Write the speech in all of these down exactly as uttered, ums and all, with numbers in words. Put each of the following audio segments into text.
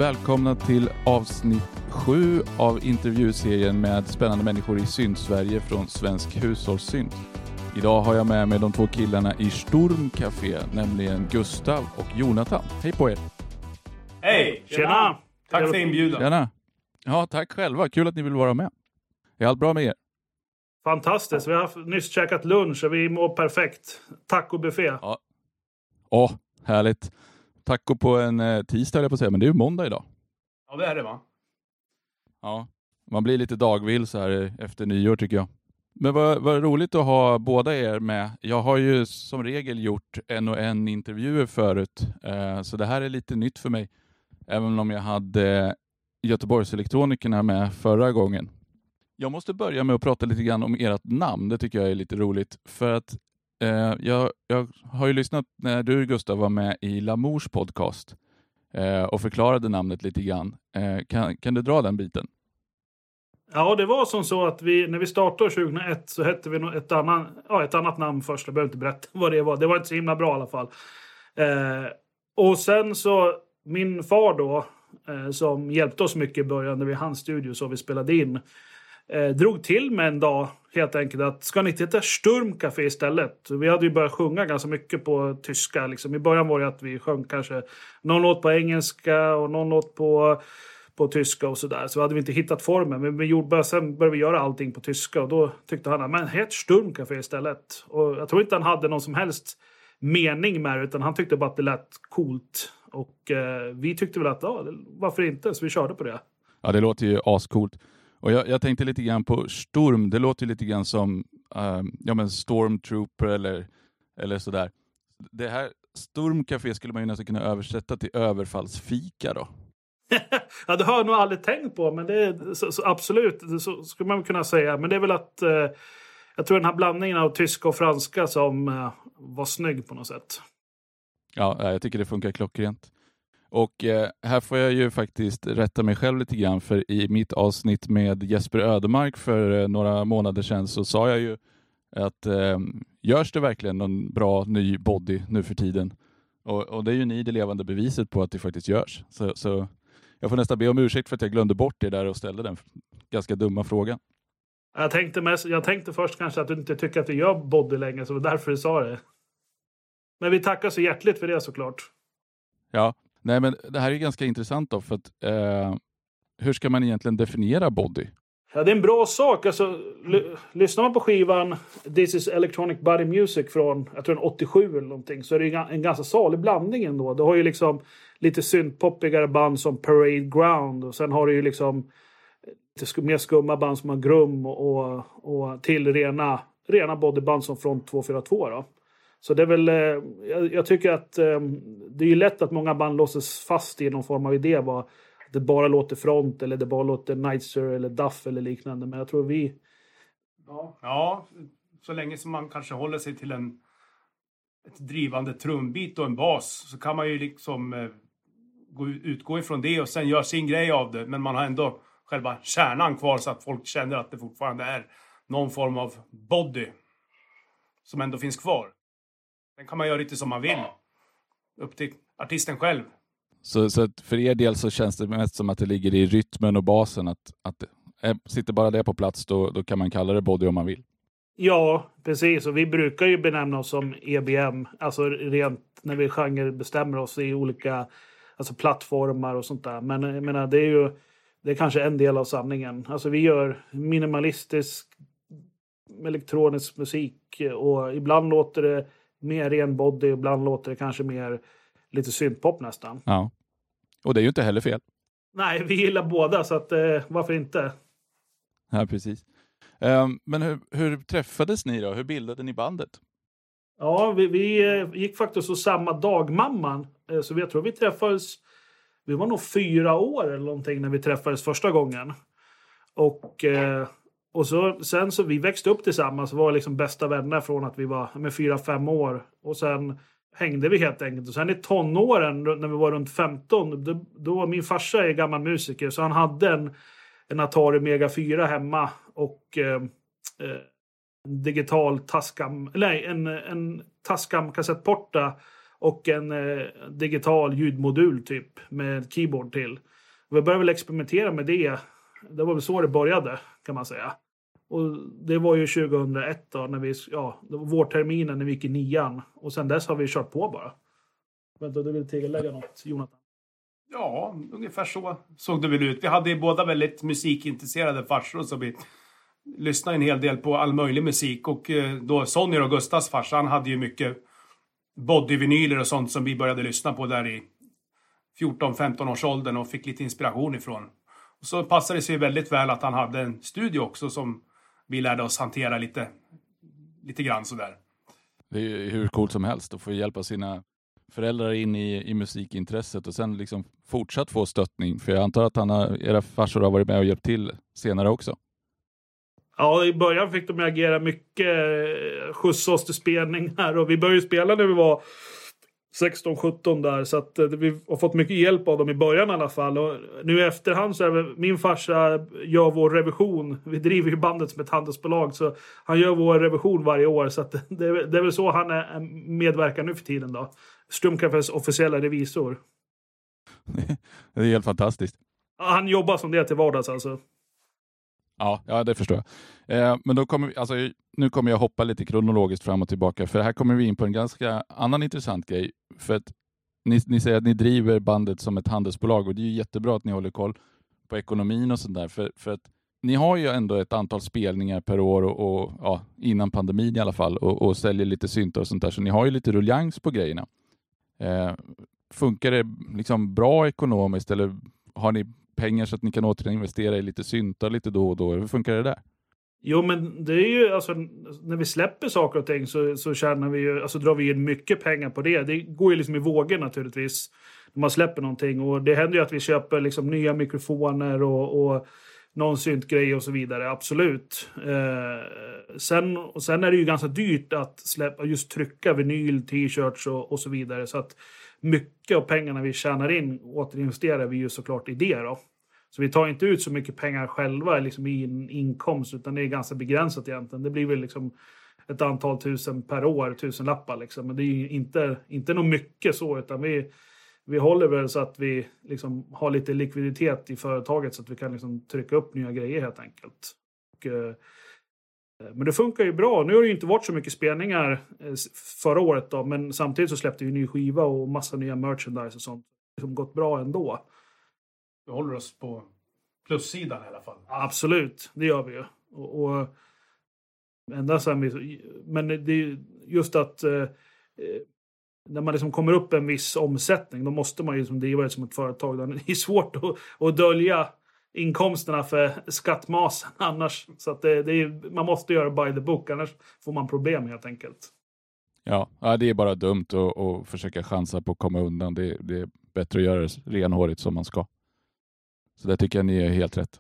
Välkomna till avsnitt sju av intervjuserien med spännande människor i Synd-Sverige från Svensk Hushållssynd. Idag har jag med mig de två killarna i Stormcafé, nämligen Gustav och Jonathan. Hej på er! Hej! Tjena! Tack för inbjudan. Tjena! Ja, tack själva. Kul att ni vill vara med. Är allt bra med er? Fantastiskt. Vi har nyss käkat lunch och vi mår perfekt. Taco-buffé. Ja. Åh, härligt. Taco på en eh, tisdag, jag på att säga, men det är ju måndag idag. Ja, det är det, va? Ja, man blir lite dagvill så här efter nyår tycker jag. Men vad, vad roligt att ha båda er med. Jag har ju som regel gjort en och en intervjuer förut, eh, så det här är lite nytt för mig. Även om jag hade Göteborgselektronikerna med förra gången. Jag måste börja med att prata lite grann om ert namn. Det tycker jag är lite roligt. För att eh, jag, jag har ju lyssnat när du, Gustav, var med i Lamours podcast. Eh, och förklarade namnet lite grann. Eh, kan, kan du dra den biten? Ja, det var som så att vi, när vi startade tjugohundraett så hette vi ett, annan, ja, ett annat namn först. Jag behöver inte berätta vad det var. Det var inte så himla bra i alla fall. Eh, och sen så, min far då, eh, som hjälpte oss mycket i början när vi hann studio så vi spelade in. Eh, drog till med en dag helt enkelt att ska ni inte heta Sturmcafé istället? Vi hade ju börjat sjunga ganska mycket på tyska. Liksom. I början var det att vi sjöng kanske någon låt på engelska och någon låt på, på tyska och sådär. Så hade vi inte hittat formen. Men vi gjorde, sen började vi göra allting på tyska och då tyckte han, men het Sturmcafé istället. Och jag tror inte han hade någon som helst mening med det, utan han tyckte bara att det lät coolt. Och eh, vi tyckte väl att, ja, varför inte? Så vi körde på det. Ja, det låter ju ascoolt. Och jag, jag tänkte lite grann på Storm. Det låter ju lite grann som um, ja, men Stormtrooper eller, eller sådär. Det här Stormcafé skulle man ju nästan kunna översätta till överfallsfika då. Ja, det har jag nog aldrig tänkt på. Men det är så, så absolut, så skulle man kunna säga. Men det är väl att eh, jag tror den här blandningen av tyska och franska som eh, var snygg på något sätt. Ja, jag tycker det funkar klockrent. Och eh, här får jag ju faktiskt rätta mig själv lite grann, för i mitt avsnitt med Jesper Ödemark för eh, några månader sedan så sa jag ju att eh, görs det verkligen någon bra ny body nu för tiden? Och, och det är ju ni det levande beviset på att det faktiskt görs. Så, så jag får nästan be om ursäkt för att jag glömde bort det där och ställde den ganska dumma frågan. Jag tänkte, mest, jag tänkte först kanske att du inte tycker att vi gör body längre, så det var därför du sa det. Men vi tackar så hjärtligt för det såklart. Ja. Nej, men det här är ganska intressant då, för att eh, hur ska man egentligen definiera body? Ja, det är en bra sak. Alltså, l- lyssnar man på skivan This is Electronic Body Music från, jag tror den åttiosju eller någonting, så är det en ganska salig blandning ändå. Det har ju liksom lite syntpoppigare band som Parade Ground, och sen har det ju liksom lite mer skumma band som har Grum och, och, och till rena, rena bodyband som Front två fyra två då. Så det är väl, jag, jag tycker att eh, det är ju lätt att många band låses fast i någon form av idé. Var, att det bara låter Front eller det bara låter Nightster eller Duff eller liknande. Men jag tror vi... Ja, ja, så länge som man kanske håller sig till en ett drivande trumbit och en bas så kan man ju liksom eh, gå, utgå ifrån det och sen göra sin grej av det. Men man har ändå själva kärnan kvar så att folk känner att det fortfarande är någon form av body som ändå finns kvar. Den kan man göra lite som man vill. Upp till artisten själv. Så, så att för er del så känns det mest som att det ligger i rytmen och basen. Att, att äh, sitter bara det på plats då, då kan man kalla det body om man vill. Ja, precis. Och vi brukar ju benämna oss som E B M. Alltså rent när vi genre bestämmer oss i olika alltså plattformar och sånt där. Men jag menar, det är ju det är kanske en del av sanningen. Alltså vi gör minimalistisk elektronisk musik. Och ibland låter det mer ren body, ibland låter det kanske mer lite syntpop nästan. Ja, och det är ju inte heller fel. Nej, vi gillar båda så att eh, varför inte? Ja, precis. Um, men hur, hur träffades ni då? Hur bildade ni bandet? Ja, vi, vi eh, gick faktiskt så samma dag, mamman. Eh, så jag tror vi träffades, vi var nog fyra år eller någonting när vi träffades första gången. Och... Eh, Och så, sen så vi växte upp tillsammans och var liksom bästa vänner från att vi var med fyra, fem år. Och sen hängde vi helt enkelt. Och sen i tonåren, när vi var runt femton, då, då var min farsa är gammal musiker. Så han hade en, en Atari Mega fyra hemma och eh, en digital Tascam, nej, en, en Tascam kassettporta och en eh, digital ljudmodul typ med keyboard till. Vi började väl experimentera med det. Det var väl så det började, kan man säga. Och det var ju tjugohundraett då, när vi, ja, det var vårterminen när vi gick i nian. Och sen dess har vi kört på bara. Vänta, du vill tillägga något, Jonathan? Ja, ungefär så såg det väl ut. Vi hade ju båda väldigt musikintresserade farsor, så vi lyssnade en hel del på all möjlig musik. Och då Sonny och Gustavs farsa, han hade ju mycket bodyvinyler och sånt som vi började lyssna på där i fjorton femton års åldern och fick lite inspiration ifrån. Och så passade det sig väldigt väl att han hade en studio också som vi lärde oss hantera lite, lite grann sådär. Det är ju hur coolt som helst att få hjälpa sina föräldrar in i, i musikintresset och sen liksom fortsatt få stöttning. För jag antar att han har, era farsor har varit med och hjälpt till senare också. Ja, i början fick de agera mycket, skjutsa oss till spelningar, och vi började spela när vi var sexton sjutton där, så att vi har fått mycket hjälp av dem i början i alla fall. Och nu i efterhand så är det, min farsa gör vår revision. Vi driver ju bandet som ett handelsbolag, så han gör vår revision varje år, så att det, är, det är väl så han är medverkar nu för tiden då. Strumcafés officiella revisor. Det är helt fantastiskt. Han jobbar som det till vardags alltså. Ja, ja, det förstår jag. Eh, men då kommer vi, alltså, nu kommer jag hoppa lite kronologiskt fram och tillbaka. För här kommer vi in på en ganska annan intressant grej. För att ni, ni säger att ni driver bandet som ett handelsbolag. Och det är ju jättebra att ni håller koll på ekonomin och sånt där. För, för att ni har ju ändå ett antal spelningar per år. Och, och ja, innan pandemin i alla fall. Och, och säljer lite syntar och sånt där. Så ni har ju lite ruljans på grejerna. Eh, funkar det liksom bra ekonomiskt? Eller har ni pengar så att ni kan återinvestera i lite syntar lite då och då? Hur funkar det där? Jo, men det är ju alltså, när vi släpper saker och ting så, så tjänar vi ju, alltså drar vi in mycket pengar på det. Det går ju liksom i vågor naturligtvis när man släpper någonting, och det händer ju att vi köper liksom nya mikrofoner och, och någon syntgrej och så vidare, absolut. Eh, sen, och sen är det ju ganska dyrt att släppa, just trycka vinyl, t-shirts och, och så vidare, så att mycket av pengarna vi tjänar in återinvesterar vi ju såklart i det då. Så vi tar inte ut så mycket pengar själva liksom i en inkomst, utan det är ganska begränsat egentligen. Det blir väl liksom ett antal tusen per år, tusen lappar liksom. Men det är ju inte, inte något mycket så, utan vi, vi håller väl så att vi liksom har lite likviditet i företaget så att vi kan liksom trycka upp nya grejer helt enkelt. Och, eh, men det funkar ju bra. Nu har det ju inte varit så mycket spelningar eh, förra året då, men samtidigt så släppte vi en ny skiva och massa nya merchandise och sånt. Det har gått bra ändå. Vi håller oss på plussidan i alla fall. Absolut, det gör vi ju. Och, och ända sen vi, men det är just att eh, när man liksom kommer upp en viss omsättning, då måste man ju liksom driva det som ett företag. Det är svårt att, att dölja inkomsterna för skattmasen annars. Så att det, det är, man måste göra by the book, annars får man problem helt enkelt. Ja, ja det är bara dumt att, att försöka chansa på att komma undan. Det, det är bättre att göra det renhårigt som man ska. Så det tycker jag ni är helt rätt.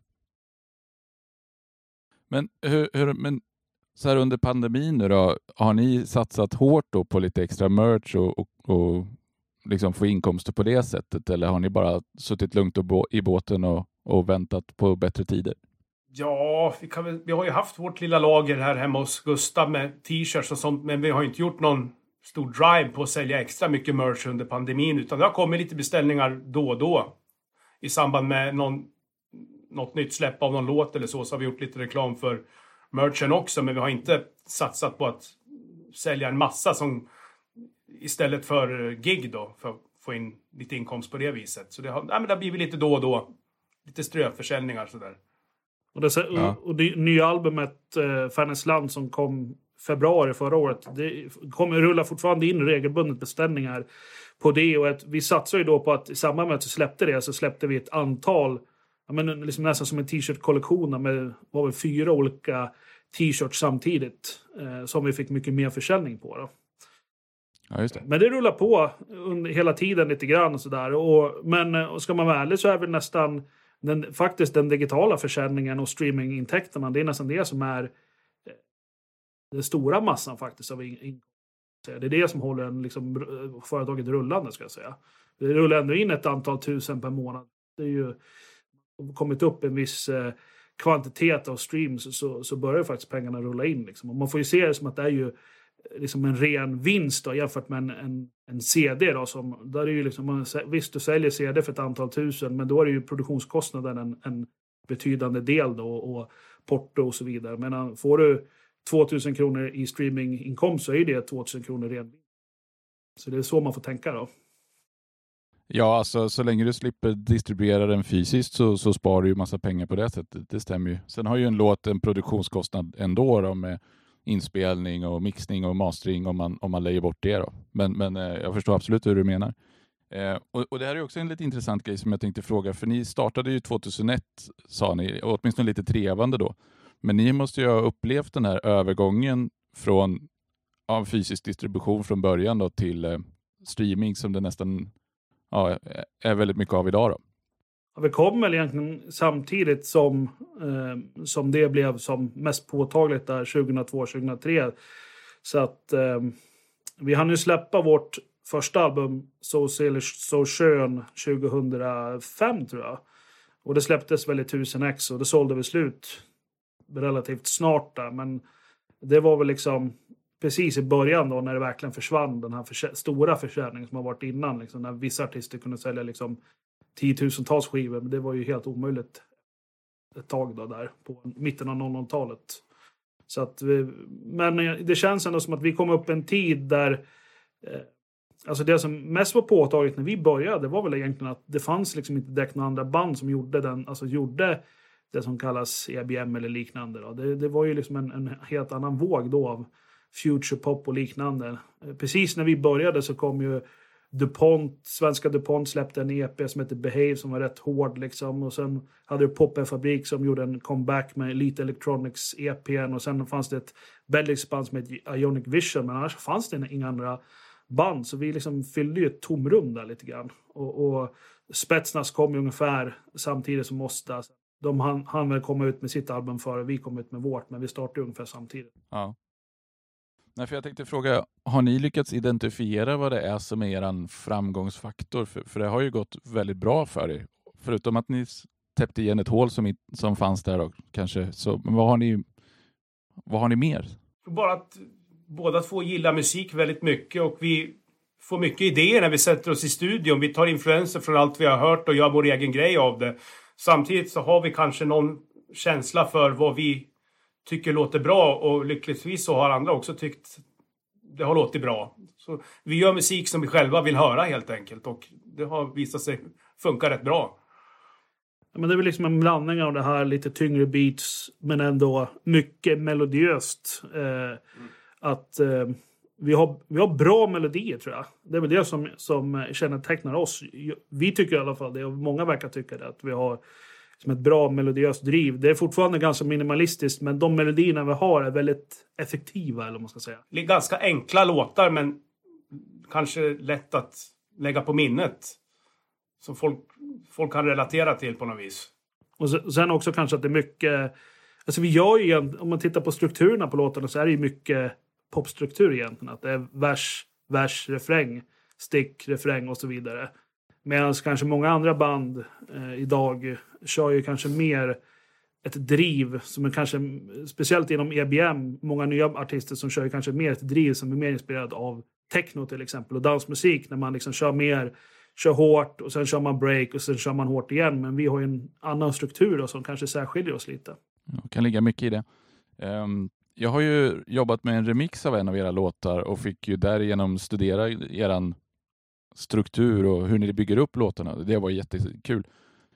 Men, hur, hur, men så här under pandemin nu då, har ni satsat hårt då på lite extra merch och, och, och liksom få inkomster på det sättet? Eller har ni bara suttit lugnt och bo, i båten och, och väntat på bättre tider? Ja, vi, kan väl, vi har ju haft vårt lilla lager här hemma hos Gustav med t-shirts och sånt. Men vi har inte gjort någon stor drive på att sälja extra mycket merch under pandemin. Utan det har kommit lite beställningar då och då. I samband med någon, något nytt släpp av någon låt eller så, så har vi gjort lite reklam för merchen också. Men vi har inte satsat på att sälja en massa som istället för gig då. För att få in lite inkomst på det viset. Så det har, nej, men det har blivit lite då och då. Lite ströförsäljningar sådär. Och det, ja. och det nya albumet eh, Färnäs land som kom februari förra året, det kommer rulla fortfarande in regelbundet beställningar på det, och att vi satsar ju då på att i samband med att vi släppte det så släppte vi ett antal, ja, men liksom nästan som en t-shirt-kollektion med var väl fyra olika t-shirts samtidigt eh, som vi fick mycket mer försäljning på då. Ja, just det. Men det rullar på under, hela tiden lite grann och sådär, och, men och ska man vara ärlig så är väl nästan den, faktiskt den digitala försäljningen och streamingintäkterna, det är nästan det som är den stora massan faktiskt av inkomster. Det är det som håller en, liksom, företaget rullande, ska jag säga. Det rullar ändå in ett antal tusen per månad. Det är ju kommit upp en viss eh, kvantitet av streams, så, så börjar faktiskt pengarna rulla in. Liksom. Och man får ju se det som att det är ju liksom en ren vinst då, jämfört med en, en, en C D. Då, som, där är ju liksom, visst, du säljer C D för ett antal tusen, men då är det ju produktionskostnaden en, en betydande del då, och porto och så vidare. Men får du tvåtusen kronor i streaminginkomst så är det tvåtusen kronor ren vinst. Så det är så man får tänka då. Ja, alltså så länge du slipper distribuera den fysiskt så, så sparar du ju massa pengar på det sättet. Det stämmer ju. Sen har ju en låt en produktionskostnad ändå då, med inspelning och mixning och mastering om man, om man lägger bort det då. Men, men eh, jag förstår absolut hur du menar. Eh, och, och det här är också en lite intressant grej som jag tänkte fråga. För ni startade ju tjugohundraett, sa ni, och åtminstone lite trevande då. Men ni måste ju ha upplevt den här övergången från av fysisk distribution från början då till eh, streaming som det nästan ja, är väldigt mycket av idag då. Ja, vi kom väl egentligen samtidigt som, eh, som det blev som mest påtagligt där tjugohundratvå tjugohundratre. Så att eh, vi hann ju släppa vårt första album Så Selig Så Skön tjugohundrafem tror jag. Och det släpptes väl i tusen ex och det sålde vi slut relativt snart där. Men det var väl liksom precis i början då när det verkligen försvann den här förs- stora försäljningen som har varit innan. Liksom, när vissa artister kunde sälja liksom tiotusentals skivor. Men det var ju helt omöjligt ett tag då där på mitten av noll noll-talet. Så att vi, men det känns ändå som att vi kom upp en tid där eh, alltså det som mest var påtagligt när vi började var väl egentligen att det fanns liksom inte direkt några andra band som gjorde den, alltså gjorde det som kallas E B M eller liknande då. Det, det var ju liksom en, en helt annan våg då av future pop och liknande. Precis när vi började så kom ju DuPont, svenska DuPont släppte en E P som heter Behave som var rätt hård liksom. Och sen hade du Pop-Fabrik som gjorde en comeback med Elite Electronics E P:n. Och sen fanns det ett belgiskt band som heter Ionic Vision. Men annars fanns det inga andra band. Så vi liksom fyllde ju ett tomrum där lite grann. Och, och Spetsnaz kom ju ungefär samtidigt som oss där. De hann, hann väl komma ut med sitt album före vi kom ut med vårt. Men vi startade ungefär samtidigt. Ja. Nej, för jag tänkte fråga, har ni lyckats identifiera vad det är som är er framgångsfaktor? För, för det har ju gått väldigt bra för er. Förutom att ni täppte igen ett hål som, som fanns där då, kanske. Så, men vad har ni, vad har ni mer? Bara att båda två gillar musik väldigt mycket och vi får mycket idéer när vi sätter oss i studion. Vi tar influenser från allt vi har hört och gör vår egen grej av det. Samtidigt så har vi kanske någon känsla för vad vi tycker låter bra och lyckligtvis så har andra också tyckt det har låtit bra. Så vi gör musik som vi själva vill höra helt enkelt och det har visat sig funka rätt bra. Ja, men det är väl liksom en blandning av det här lite tyngre beats men ändå mycket melodiöst. Eh, mm. Att eh, vi, har, vi har bra melodier tror jag. Det är väl det som, som kännetecknar oss. Vi tycker i alla fall det och många verkar tycka det att vi har som ett bra melodiöst driv. Det är fortfarande ganska minimalistiskt men de melodierna vi har är väldigt effektiva eller vad man ska säga. Det är ganska enkla låtar men kanske lätt att lägga på minnet. Som folk, folk kan relatera till på något vis. Och sen också kanske att det är mycket... Alltså vi gör ju igen, om man tittar på strukturerna på låtarna så är det ju mycket popstruktur egentligen. Att det är vers, vers, refräng, stick, refräng och så vidare. Medan kanske många andra band eh, idag kör ju kanske mer ett driv som är kanske, speciellt inom E B M, många nya artister som kör kanske mer ett driv som är mer inspirerad av techno till exempel och dansmusik när man liksom kör mer, kör hårt och sen kör man break och sen kör man hårt igen. Men vi har ju en annan struktur då, som kanske särskiljer oss lite. Det kan ligga mycket i det. Um, jag har ju jobbat med en remix av en av era låtar och fick ju därigenom studera eran struktur och hur ni bygger upp låtarna. Det var jättekul.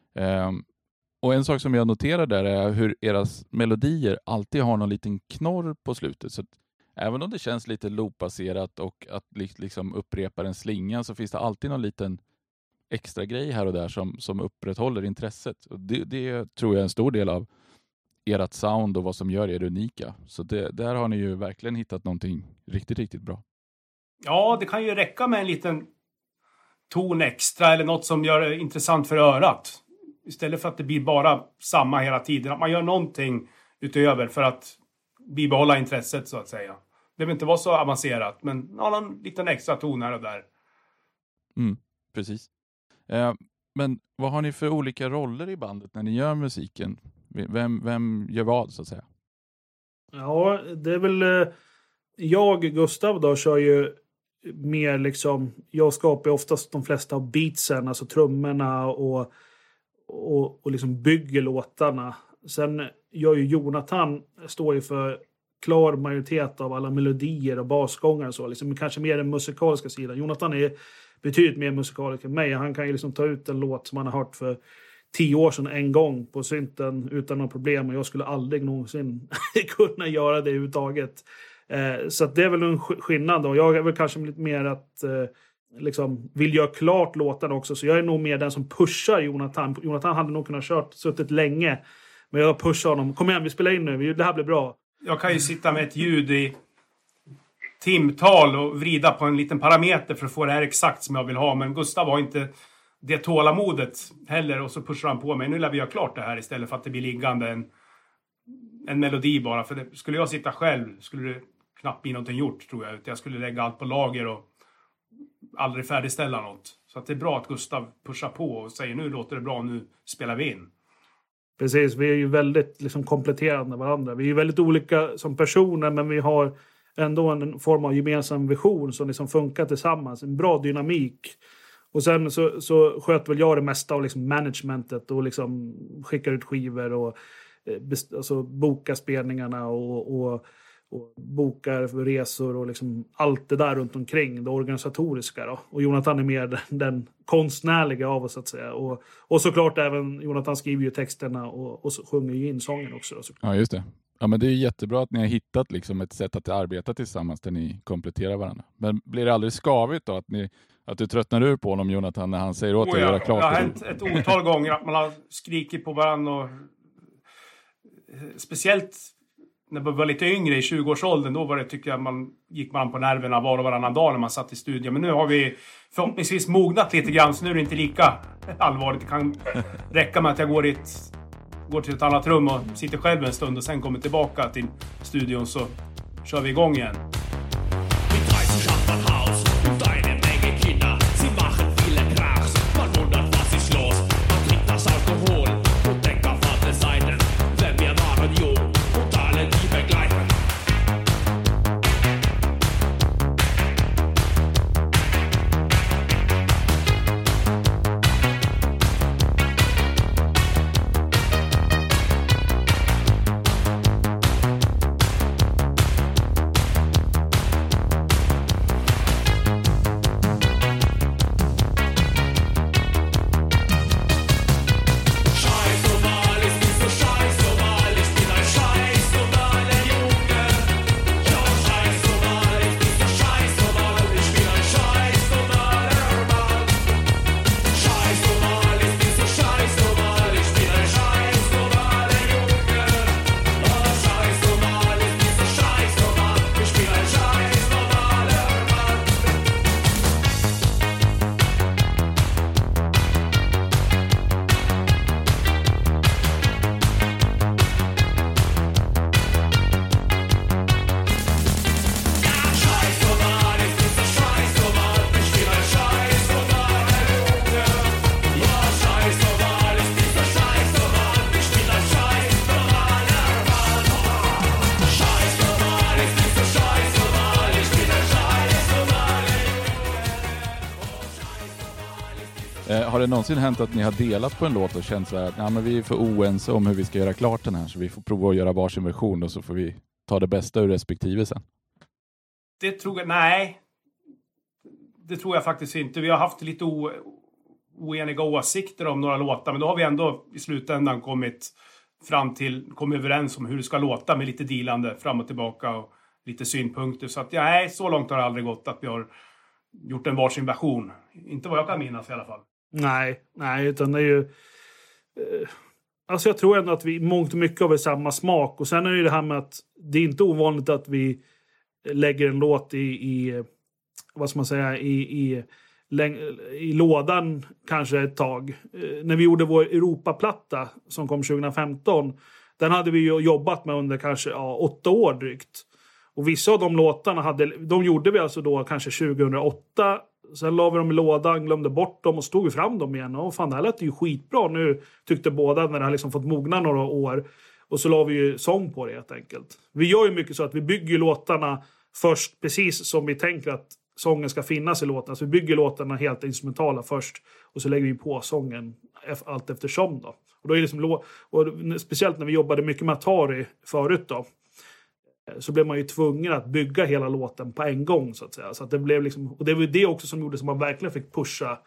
Um, och en sak som jag noterar där är hur era melodier alltid har någon liten knorr på slutet. Så att även om det känns lite loopbaserat och att liksom upprepa en slinga så finns det alltid någon liten extra grej här och där som, som upprätthåller intresset. Och det, det tror jag är en stor del av ert sound och vad som gör er unika. Så det, där har ni ju verkligen hittat någonting riktigt, riktigt bra. Ja, det kan ju räcka med en liten ton extra eller något som gör det intressant för örat. Istället för att det blir bara samma hela tiden. Att man gör någonting utöver för att bibehålla intresset så att säga. Det behöver inte vara så avancerat men ja, någon liten extra ton här och där. Mm, precis. Eh, men vad har ni för olika roller i bandet när ni gör musiken? Vem, vem gör vad så att säga? Ja, det är väl jag, Gustav då, kör ju mer liksom, jag skapar oftast de flesta av beatsen, alltså trummorna och, och, och liksom bygger låtarna. Sen gör ju Jonathan, står ju för klar majoritet av alla melodier och basgångar och så, liksom kanske mer den musikaliska sidan. Jonathan är betydligt mer musikalisk än mig. Han kan ju liksom ta ut en låt som han har hört för tio år sedan en gång på synten utan några problem, och jag skulle aldrig någonsin kunna göra det överhuvudtaget. Eh, så att det är väl en skillnad då. Jag är väl kanske lite mer att eh, liksom vill göra klart låten också, så jag är nog mer den som pushar Jonathan. Jonathan hade nog kunnat kört suttit länge, men jag pushar honom. Kom igen, vi spelar in nu, det här blir bra. Jag kan ju sitta med ett ljud i timtal och vrida på en liten parameter för att få det här exakt som jag vill ha, men Gustav har inte det tålamodet heller, och så pushar han på mig. Nu lär vi göra klart det här istället för att det blir liggande en, en melodi bara. För det, skulle jag sitta själv skulle det knappt bli någonting gjort, tror jag. Jag skulle lägga allt på lager och aldrig färdigställa något. Så att det är bra att Gustav pushar på och säger nu låter det bra, nu spelar vi in. Precis, vi är ju väldigt liksom kompletterande varandra. Vi är ju väldigt olika som personer, men vi har ändå en form av gemensam vision som liksom funkar tillsammans. En bra dynamik. Och sen så, så sköter väl jag det mesta av liksom managementet och liksom skickar ut skivor och best, alltså bokar spelningarna och, och, och bokar resor och liksom allt det där runt omkring, det organisatoriska då. Och Jonathan är mer den, den konstnärliga av oss, så att säga. Och, och såklart även Jonathan skriver ju texterna och, och så sjunger ju in sången också då, ja, just det. Ja, men det är jättebra att ni har hittat liksom ett sätt att arbeta tillsammans där ni kompletterar varandra. Men blir det aldrig skavigt då att, ni, att du tröttnar ur på honom, Jonathan, när han säger åt dig att göra klart? Det har hänt ett otal gånger att man har skrikit på varandra. Och, speciellt när man var lite yngre i tjugoårsåldern, då var det, tycker jag, man gick man på nerverna var och varannan dag när man satt i studion. Men nu har vi förhoppningsvis mognat lite grann, så nu är det inte lika allvarligt. Det kan räcka med att jag går i ett... går till ett annat rum och sitter själv en stund och sen kommer tillbaka till studion, så kör vi igång igen. Har det någonsin hänt att ni har delat på en låt och känt så här att nej, men vi är för oense om hur vi ska göra klart den här, så vi får prova att göra varsin version och så får vi ta det bästa ur respektive sen? Det tror jag, nej. Det tror jag faktiskt inte. Vi har haft lite o, oeniga åsikter om några låtar, men då har vi ändå i slutändan kommit fram till, kommit överens om hur det ska låta med lite dealande fram och tillbaka och lite synpunkter. Så att nej, så långt har det aldrig gått att vi har gjort en varsin version. Inte vad jag kan minnas i alla fall. Nej, nej, utan det är ju... Eh, alltså jag tror ändå att vi mångt och mycket har samma smak. Och sen är det ju det här med att det är inte ovanligt att vi lägger en låt i, i vad ska man säga, i, i, i lådan kanske ett tag. Eh, när vi gjorde vår Europaplatta som kom tjugo femton, den hade vi ju jobbat med under kanske ja, åtta år drygt. Och vissa av de låtarna hade, de gjorde vi alltså då kanske tjugohundraåtta. Sen la vi dem i lådan, glömde bort dem och stod vi fram dem igen. Och fan, det här lät ju skitbra nu, tyckte båda, när det har liksom fått mogna några år. Och så la vi ju sång på det helt enkelt. Vi gör ju mycket så att vi bygger låtarna först precis som vi tänker att sången ska finnas i låten. Så vi bygger låtarna helt instrumentala först och så lägger vi på sången allt eftersom då. Och då är det liksom, och speciellt när vi jobbade mycket med Atari förut då, så blev man ju tvungen att bygga hela låten på en gång så att säga. Så att det blev liksom, och det var det också som gjorde som man verkligen fick pusha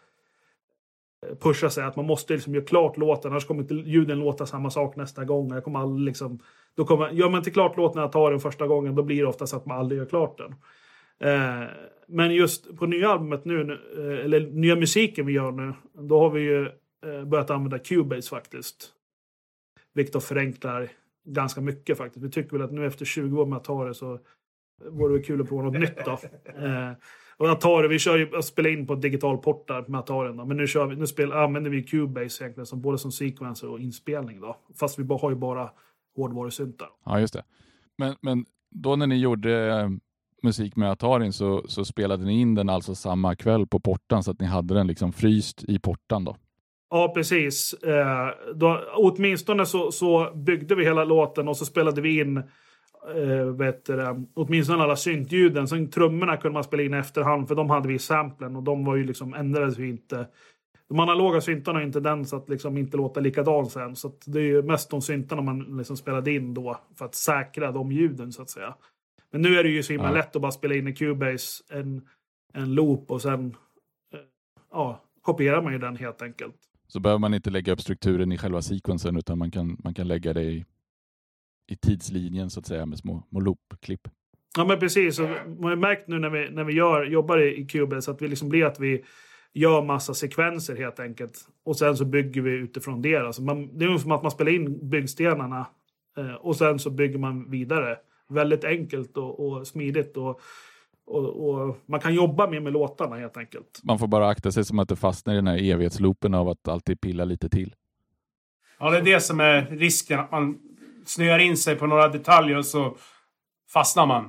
pusha sig, att man måste liksom göra klart låten, annars kommer inte ljuden låta samma sak nästa gång. Jag kommer aldrig liksom, då kommer, gör man inte klart låten när jag tar den första gången, då blir det ofta så att man aldrig gör klart den. Eh, men just på nya albumet nu, eh, eller nya musiken vi gör nu, då har vi ju eh, börjat använda Cubase faktiskt. Vilket förenklar ganska mycket faktiskt. Vi tycker väl att nu efter tjugo år med Atari så vore det kul att prova något nytt då. Eh, och Atari, vi kör ju att spela in på digitalportar med Atari då. Men nu, kör vi, nu spel, använder vi Cubase egentligen som både som sequencer och inspelning då. Fast vi bara, har ju bara hårdvarusyntar. Ja, just det. Men, men då när ni gjorde eh, musik med Atarin så, så spelade ni in den alltså samma kväll på portan så att ni hade den liksom fryst i portan då? Ja, precis. Eh, då, åtminstone så, så byggde vi hela låten och så spelade vi in eh, vet du, åtminstone alla syntljuden. Sen trummorna kunde man spela in i efterhand för de hade vi i samplen och de var ju liksom, ändrades ju inte. De analoga syntarna har inte den så att liksom inte låta likadan sen. Så att det är ju mest de syntarna man liksom spelade in då för att säkra de ljuden så att säga. Men nu är det ju så himla ja. lätt att bara spela in i Cubase en, en loop och sen eh, ja, kopierar man ju den helt enkelt. Så behöver man inte lägga upp strukturen i själva sekvensen utan man kan, man kan lägga det i, i tidslinjen så att säga med små, små loop-klipp. Ja men precis, och man har märkt nu när vi, när vi gör, jobbar i, i Cubase att vi liksom blir att vi gör massa sekvenser helt enkelt. Och sen så bygger vi utifrån det. Alltså man, det är som att man spelar in byggstenarna eh, och sen så bygger man vidare. Väldigt enkelt och, och smidigt och Och, och man kan jobba mer med låtarna helt enkelt. Man får bara akta sig som att det fastnar i den här evighetsloopen av att alltid pilla lite till. Ja, det är det som är risken. Att man snöar in sig på några detaljer och så fastnar man.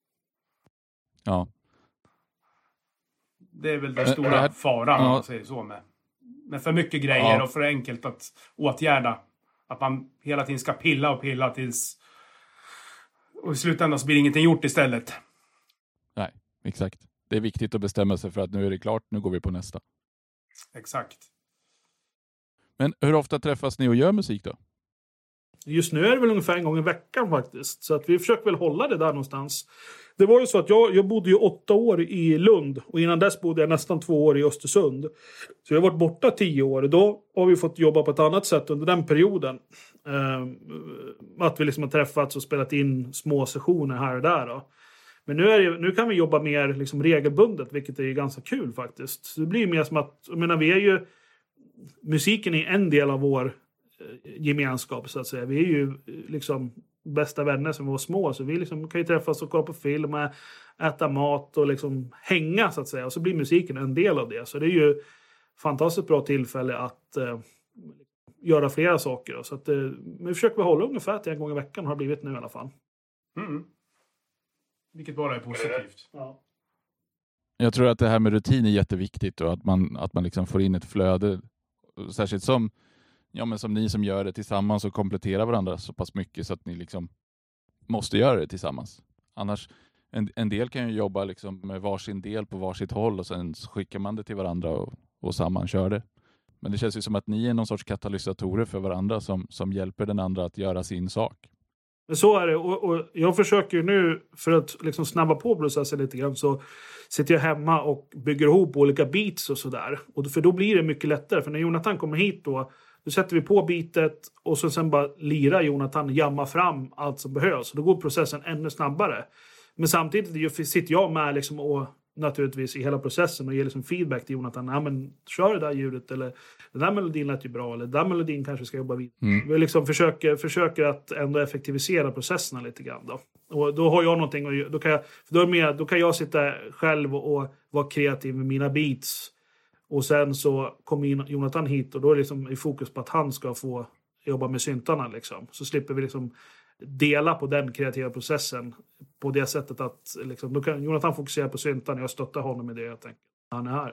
Ja. Det är väl den stora det här, faran, ja. Om man säger så. Med, med för mycket grejer ja. Och för enkelt att åtgärda. Att man hela tiden ska pilla och pilla tills... Och i slutändan så blir ingenting gjort istället. Nej, exakt. Det är viktigt att bestämma sig för att nu är det klart, nu går vi på nästa. Exakt. Men hur ofta träffas ni och gör musik då? Just nu är det väl ungefär en gång i veckan faktiskt. Så att vi försöker väl hålla det där någonstans. Det var ju så att jag, jag bodde ju åtta år i Lund. Och innan dess bodde jag nästan två år i Östersund. Så jag har varit borta tio år. Då har vi fått jobba på ett annat sätt under den perioden. Ehm, att vi liksom har träffats och spelat in små sessioner här och där då. Men nu, är det, nu kan vi jobba mer liksom regelbundet, vilket är ganska kul faktiskt. Så det blir mer som att, jag menar, vi är ju, musiken är en del av vår eh, gemenskap så att säga. Vi är ju liksom bästa vänner som vi var små, så vi liksom kan ju träffas och kolla på film, äta mat och liksom hänga så att säga. Och så blir musiken en del av det. Så det är ju fantastiskt bra tillfälle att eh, göra flera saker. Då. Så att, eh, vi försöker hålla ungefär till en gång i veckan, har det blivit nu i alla fall. Mm. Vilket bara är positivt. Ja. Jag tror att det här med rutin är jätteviktigt och att man, att man liksom får in ett flöde. Särskilt som, ja, men som ni som gör det tillsammans och kompletterar varandra så pass mycket så att ni liksom måste göra det tillsammans. Annars, en, en del kan ju jobba liksom med varsin del på varsitt håll och sen skickar man det till varandra och, och samman kör det. Men det känns ju som att ni är någon sorts katalysatorer för varandra som, som hjälper den andra att göra sin sak. Så är det. Och, och jag försöker nu, för att liksom snabba på processen lite grann, så sitter jag hemma och bygger ihop olika beats och sådär. Och för då blir det mycket lättare. För när Jonathan kommer hit då, då sätter vi på beatet och så sen bara lirar Jonathan, jamma fram allt som behövs. Och då går processen ännu snabbare. Men samtidigt sitter jag med liksom och naturligtvis i hela processen och ger liksom feedback till Jonathan. Ja, men kör det där ljudet, eller den där melodin lät ju bra, eller den där melodin kanske ska jobba vidare. Mm. Vi liksom försöker, försöker att ändå effektivisera processerna lite grann då. Och då har jag någonting och då kan jag, för då, är mer, då kan jag sitta själv och, och vara kreativ med mina beats. Och sen så kommer Jonathan hit och då är det liksom i fokus på att han ska få jobba med syntarna liksom. Så slipper vi liksom dela på den kreativa processen på det sättet att liksom, då kan Jonathan fokusera på syntan och jag stöttar honom med det jag tänker. Han är här.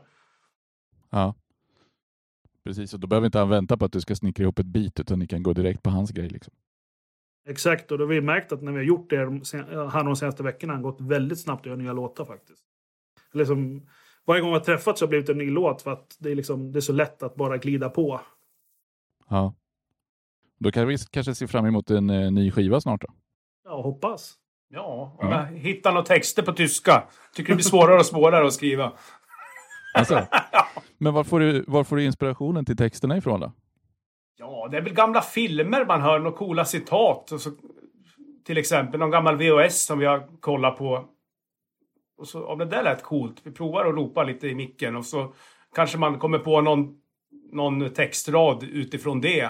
Ja. Precis, och då behöver inte han vänta på att du ska snickra ihop ett beat utan ni kan gå direkt på hans grej liksom. Exakt, och då har vi märkt att när vi har gjort det här de senaste veckorna har gått väldigt snabbt att göra nya låtar faktiskt. Liksom, varje gång vi har träffats så har det blivit en ny låt för att det är, liksom, det är så lätt att bara glida på. Ja. Då kan vi kanske se fram emot en eh, ny skiva snart då. Ja, hoppas. Ja, om jag hittar några texter på tyska. Tycker det blir svårare och svårare att skriva. Alltså. Men var får, du, var får du inspirationen till texterna ifrån då? Ja, det är väl gamla filmer man hör, några coola citat. Och så, till exempel någon gammal V H S som vi har kollat på. Och så, om det där lät coolt, vi provar att ropa lite i micken. Och så kanske man kommer på någon, någon textrad utifrån det.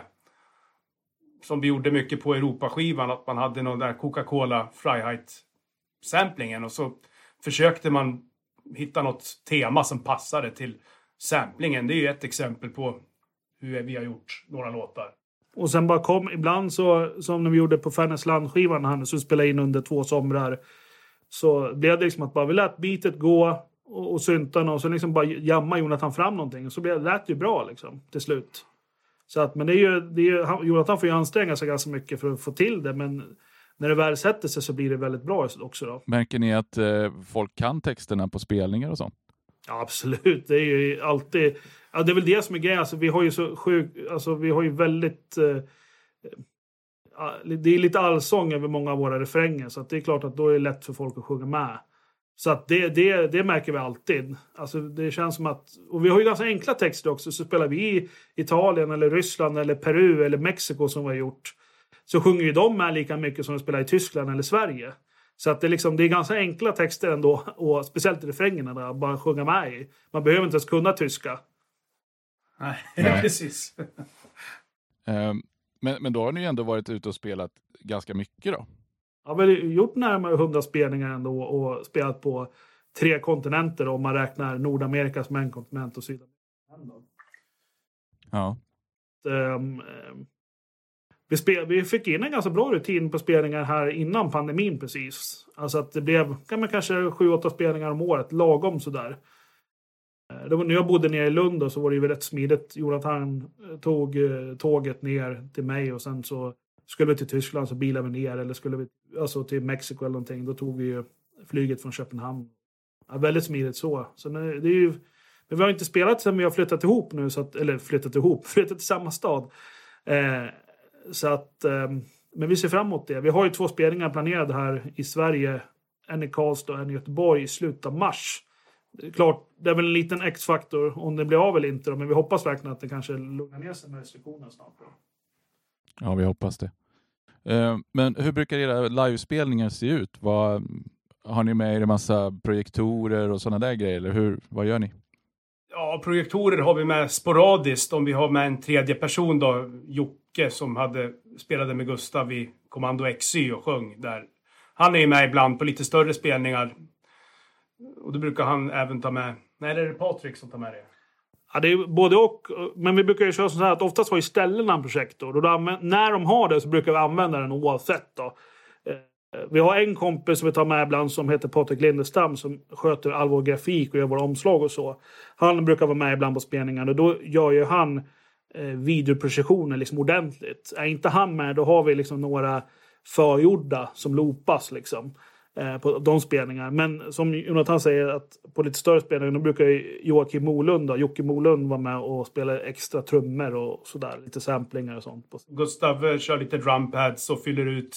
Som vi gjorde mycket på Europaskivan, att man hade någon där Coca-Cola Freiheit-samplingen. Och så försökte man hitta något tema som passade till samplingen. Det är ju ett exempel på hur vi har gjort några låtar. Och sen bara kom, ibland så, som när vi gjorde på Färnäs landskivan här, så spelade in under två somrar. Så blev det liksom att bara vi lät beatet gå och, och syntarna och så liksom bara jamma Jonathan fram någonting. Och så blev det lät ju bra liksom till slut. Så att, men det är ju, det är ju, Jonathan får ju anstränga sig ganska mycket för att få till det, men när det väl sätter sig så blir det väldigt bra också då. Märker ni att eh, folk kan texterna på spelningar och sånt? Ja, absolut. Det är ju alltid, ja, det är väl det som är grejen. Alltså, vi har ju så sjuk, alltså vi har ju väldigt eh, det är lite allsång över många av våra refränger, så att det är klart att då är det lätt för folk att sjunga med. Så att det, det, det märker vi alltid. Alltså det känns som att, och vi har ju ganska enkla texter också, så spelar vi i Italien eller Ryssland eller Peru eller Mexiko som vi har gjort, så sjunger ju de med lika mycket som de spelar i Tyskland eller Sverige. Så att det, liksom, det är ganska enkla texter ändå, och speciellt refrängerna där, bara sjunga med i. Man behöver inte ens kunna tyska. Nej, Nej. Precis. um, men, men då har ni ju ändå varit ute och spelat ganska mycket då? Ja, vi har gjort närmare hundra spelningar ändå och spelat på tre kontinenter om man räknar Nordamerika som en kontinent och Sydamerika. Ja. Um, um, vi, spel, vi fick in en ganska bra rutin på spelningar här innan pandemin precis. Alltså att det blev kan man kanske sju åtta spelningar om året, lagom sådär. Det var, när jag bodde nere i Lund och så var det ju rätt smidigt. Jonathan tog uh, tåget ner till mig och sen så skulle vi till Tyskland så bilade vi ner, eller skulle vi alltså till Mexiko eller någonting, då tog vi ju flyget från Köpenhamn. Ja, väldigt smidigt så. Så nu, det är ju, men vi har inte spelat sen vi har flyttat ihop nu, så att, eller flyttat ihop, flyttat till samma stad. Eh, så att, eh, men vi ser fram emot det. Vi har ju två spelningar planerade här i Sverige, en i Karlstad och en i Göteborg i slutet av mars. Det är klart, det är väl en liten X-faktor om det blir av eller inte, men vi hoppas verkligen att det kanske lugnar ner sig med restriktionerna snart. Ja, vi hoppas det. Uh, men hur brukar era livespelningar se ut? Vad, har ni med er en massa projektorer och sådana där grejer? Eller hur, vad gör ni? Ja, projektorer har vi med sporadiskt. Om vi har med en tredje person då, Jocke, som hade, spelade med Gustav i Kommando X Y och sjöng där. Han är ju med ibland på lite större spelningar. Och då brukar han även ta med... Nej, det är det Patrik som tar med det. Ja, det är både och, men vi brukar ju köra så här att oftast har ju ställena en projektor, och då använder, när de har det så brukar vi använda den oavsett då. Eh, vi har en kompis som vi tar med ibland som heter Patrik Lindestam som sköter all vår grafik och gör våra omslag och så. Han brukar vara med ibland på spelningar, och då gör ju han eh, videoprojektioner liksom ordentligt. Är inte han med, då har vi liksom några förgjorda som loopas liksom. På de spelningar. Men som Jonathan säger, att på lite större spelningar då brukar Joakim Molund och Jocke Molund vara med och spela extra trummor och sådär, lite samplingar och sånt. Gustav kör lite drumpads och fyller ut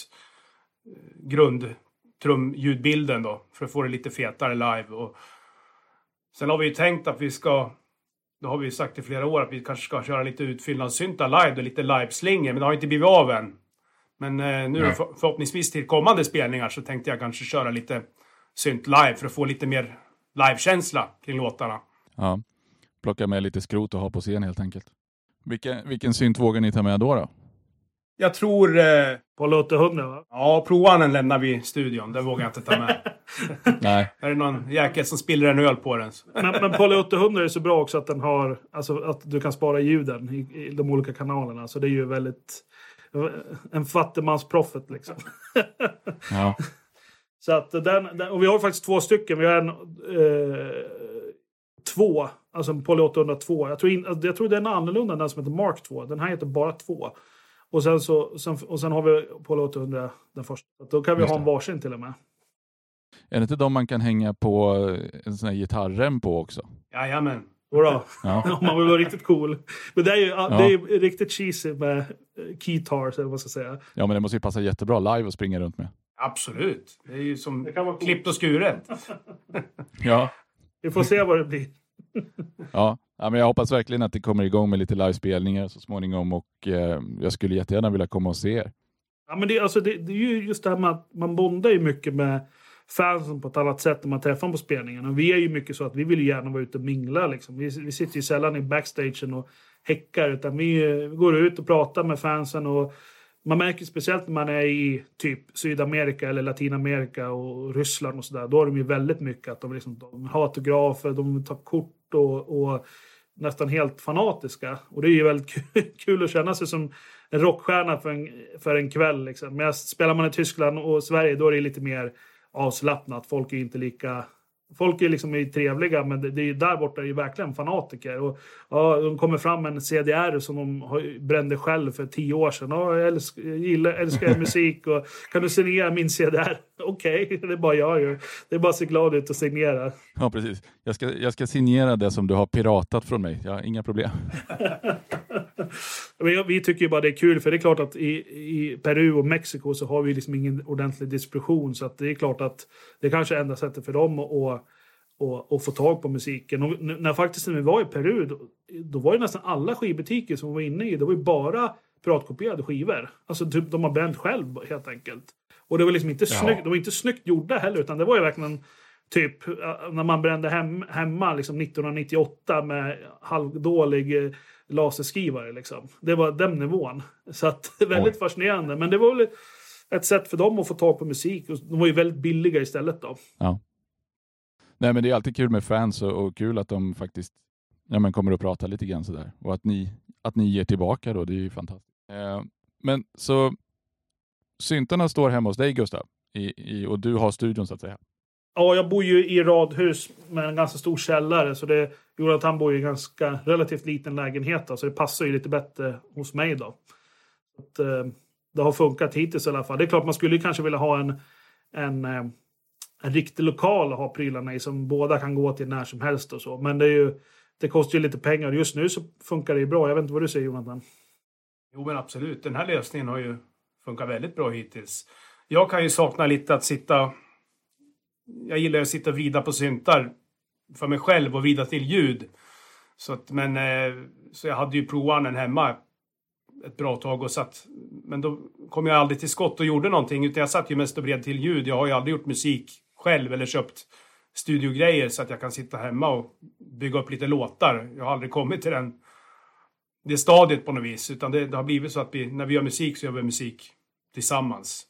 grundtrumljudbilden då för att få det lite fetare live. Och sen har vi ju tänkt att vi ska, då har vi sagt i flera år att vi kanske ska köra lite utfyllnadssynta live och lite live-slingor, men det har inte blivit av än. Men eh, nu för, förhoppningsvis till kommande spelningar så tänkte jag kanske köra lite synt live för att få lite mer livekänsla kring låtarna. Ja, plocka med lite skrot och ha på scen helt enkelt. Vilken, vilken synt vågar ni ta med då då? Jag tror... Eh, Paolo åttahundra va? Ja, Proanen lämnar vi i studion. Den vågar jag inte ta med. Nej. Är det någon jäkel som spiller en öl på den? Men, men Paolo åttahundra är så bra också att den har... Alltså att du kan spara ljuden i, i de olika kanalerna. Så det är ju väldigt... En fattigmansproffet liksom. Ja. Så att den, den... Och vi har faktiskt två stycken. Vi har en... Eh, två. Alltså Paolo åttahundratvå. Jag tror, in, jag tror den är annorlunda än den som heter Mark två. Den här heter bara två. Och sen, så, sen, och sen har vi på låt hundra den första. Då kan vi Just ha en det. varsin till och med. Är det inte de man kan hänga på en sån här gitarrrem på också? Jajamän. Bra. Ja. Man vill vara riktigt cool. Men det är ju Ja. det är ju riktigt cheesy med keytars eller vad man ska säga. Ja, men det måste ju passa jättebra live att springa runt med. Absolut. Det är ju som Det kan vara coolt. klippt och skuret. Ja. Vi får se vad det blir. Ja. Ja, men jag hoppas verkligen att det kommer igång med lite livespelningar så småningom och eh, jag skulle jättegärna vilja komma och se er. Ja, men det, alltså det, det är ju just det här med att man bondar ju mycket med fansen på ett annat sätt när man träffar dem på spelningen. Och vi är ju mycket så att vi vill ju gärna vara ute och mingla. Liksom. Vi, vi sitter ju sällan i backstagen och häckar, utan vi, vi går ut och pratar med fansen. Och man märker speciellt när man är i typ Sydamerika eller Latinamerika och Ryssland och sådär. Då är de ju väldigt mycket att de, liksom, de har autografer, de tar kort och, och nästan helt fanatiska. Och det är ju väldigt kul, kul att känna sig som en rockstjärna för en, för en kväll. Liksom. Men spelar man i Tyskland och Sverige, då är det lite mer avslappnat. Folk är inte lika... Folk är liksom är trevliga, men det, det är där borta är ju verkligen fanatiker. Och ja, de kommer fram med en C D R som de har, brände själv för tio år sedan. Ja, jag älskar, jag gillar, älskar musik och kan du signera min C D R? Okej, okay, det är bara jag gör. Det är bara att se glad ut och signera. Ja, precis. Jag ska, jag ska signera det som du har piratat från mig. Jag har inga problem. vi, vi tycker ju bara det är kul, för det är klart att i, i Peru och Mexiko så har vi liksom ingen ordentlig distribution, så att det är klart att det kanske är enda sättet för dem att och, och, och få tag på musiken. Och när faktiskt när vi var i Peru, då, då var ju nästan alla skivbutiker som var inne i, det var ju bara piratkopierade skivor. Alltså typ de har bränt själv helt enkelt. Och det var liksom inte Ja. snyggt, de var inte snyggt gjorda heller, utan det var ju verkligen typ när man brände hem, hemma liksom nittonhundranittioåtta med halvdålig eh, laserskrivare liksom. Det var den nivån. Så att väldigt Oj. fascinerande. Men det var väl ett sätt för dem att få tag på musik. Och de var ju väldigt billiga istället då. Ja. Nej, men det är alltid kul med fans och, och kul att de faktiskt ja, men kommer att prata lite grann sådär. Och att ni, att ni ger tillbaka då, det är ju fantastiskt. Eh, men så syntarna står hemma hos dig, Gustav. I, i, och du har studion så att säga. Ja, jag bor ju i radhus med en ganska stor källare. Så det gjorde att han bor i en ganska relativt liten lägenhet. Då, så det passar ju lite bättre hos mig då. Att, eh, det har funkat hittills i alla fall. Det är klart man skulle kanske vilja ha en, en, eh, en riktig lokal att ha prylarna i. Som båda kan gå till när som helst och så. Men det, är ju, det kostar ju lite pengar. Just nu så funkar det ju bra. Jag vet inte vad du säger, Jonathan. Jo, men absolut. Den här lösningen har ju funkat väldigt bra hittills. Jag kan ju sakna lite att sitta... Jag gillar att sitta och vrida på syntar för mig själv och vrida till ljud. Så, att, men, eh, så jag hade ju Pro-Onen hemma ett bra tag. Och satt, men då kom jag aldrig till skott och gjorde någonting. Utan jag satt ju mest och vred till ljud. Jag har ju aldrig gjort musik själv eller köpt studiogrejer så att jag kan sitta hemma och bygga upp lite låtar. Jag har aldrig kommit till den, det stadiet på något vis. Utan det, det har blivit så att vi, när vi gör musik så gör vi musik tillsammans.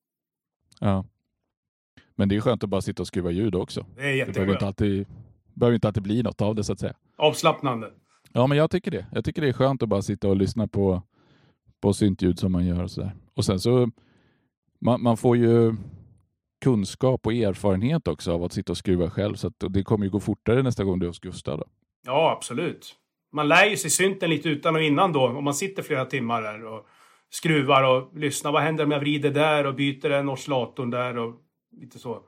Ja. Men det är skönt att bara sitta och skruva ljud också. Det är Det behöver inte jätteskönt. alltid, behöver inte alltid bli något av det så att säga. Avslappnande. Ja, men jag tycker det. Jag tycker det är skönt att bara sitta och lyssna på, på syntljud som man gör och sådär. Och sen så, man, man får ju kunskap och erfarenhet också av att sitta och skruva själv. Så att, och det kommer ju gå fortare nästa gång du är hos Gustav då. Ja, absolut. Man lär ju sig synten lite utan och innan då. Om man sitter flera timmar där och skruvar och lyssnar. Vad händer om jag vrider där och byter den oscillatorn där och lite så.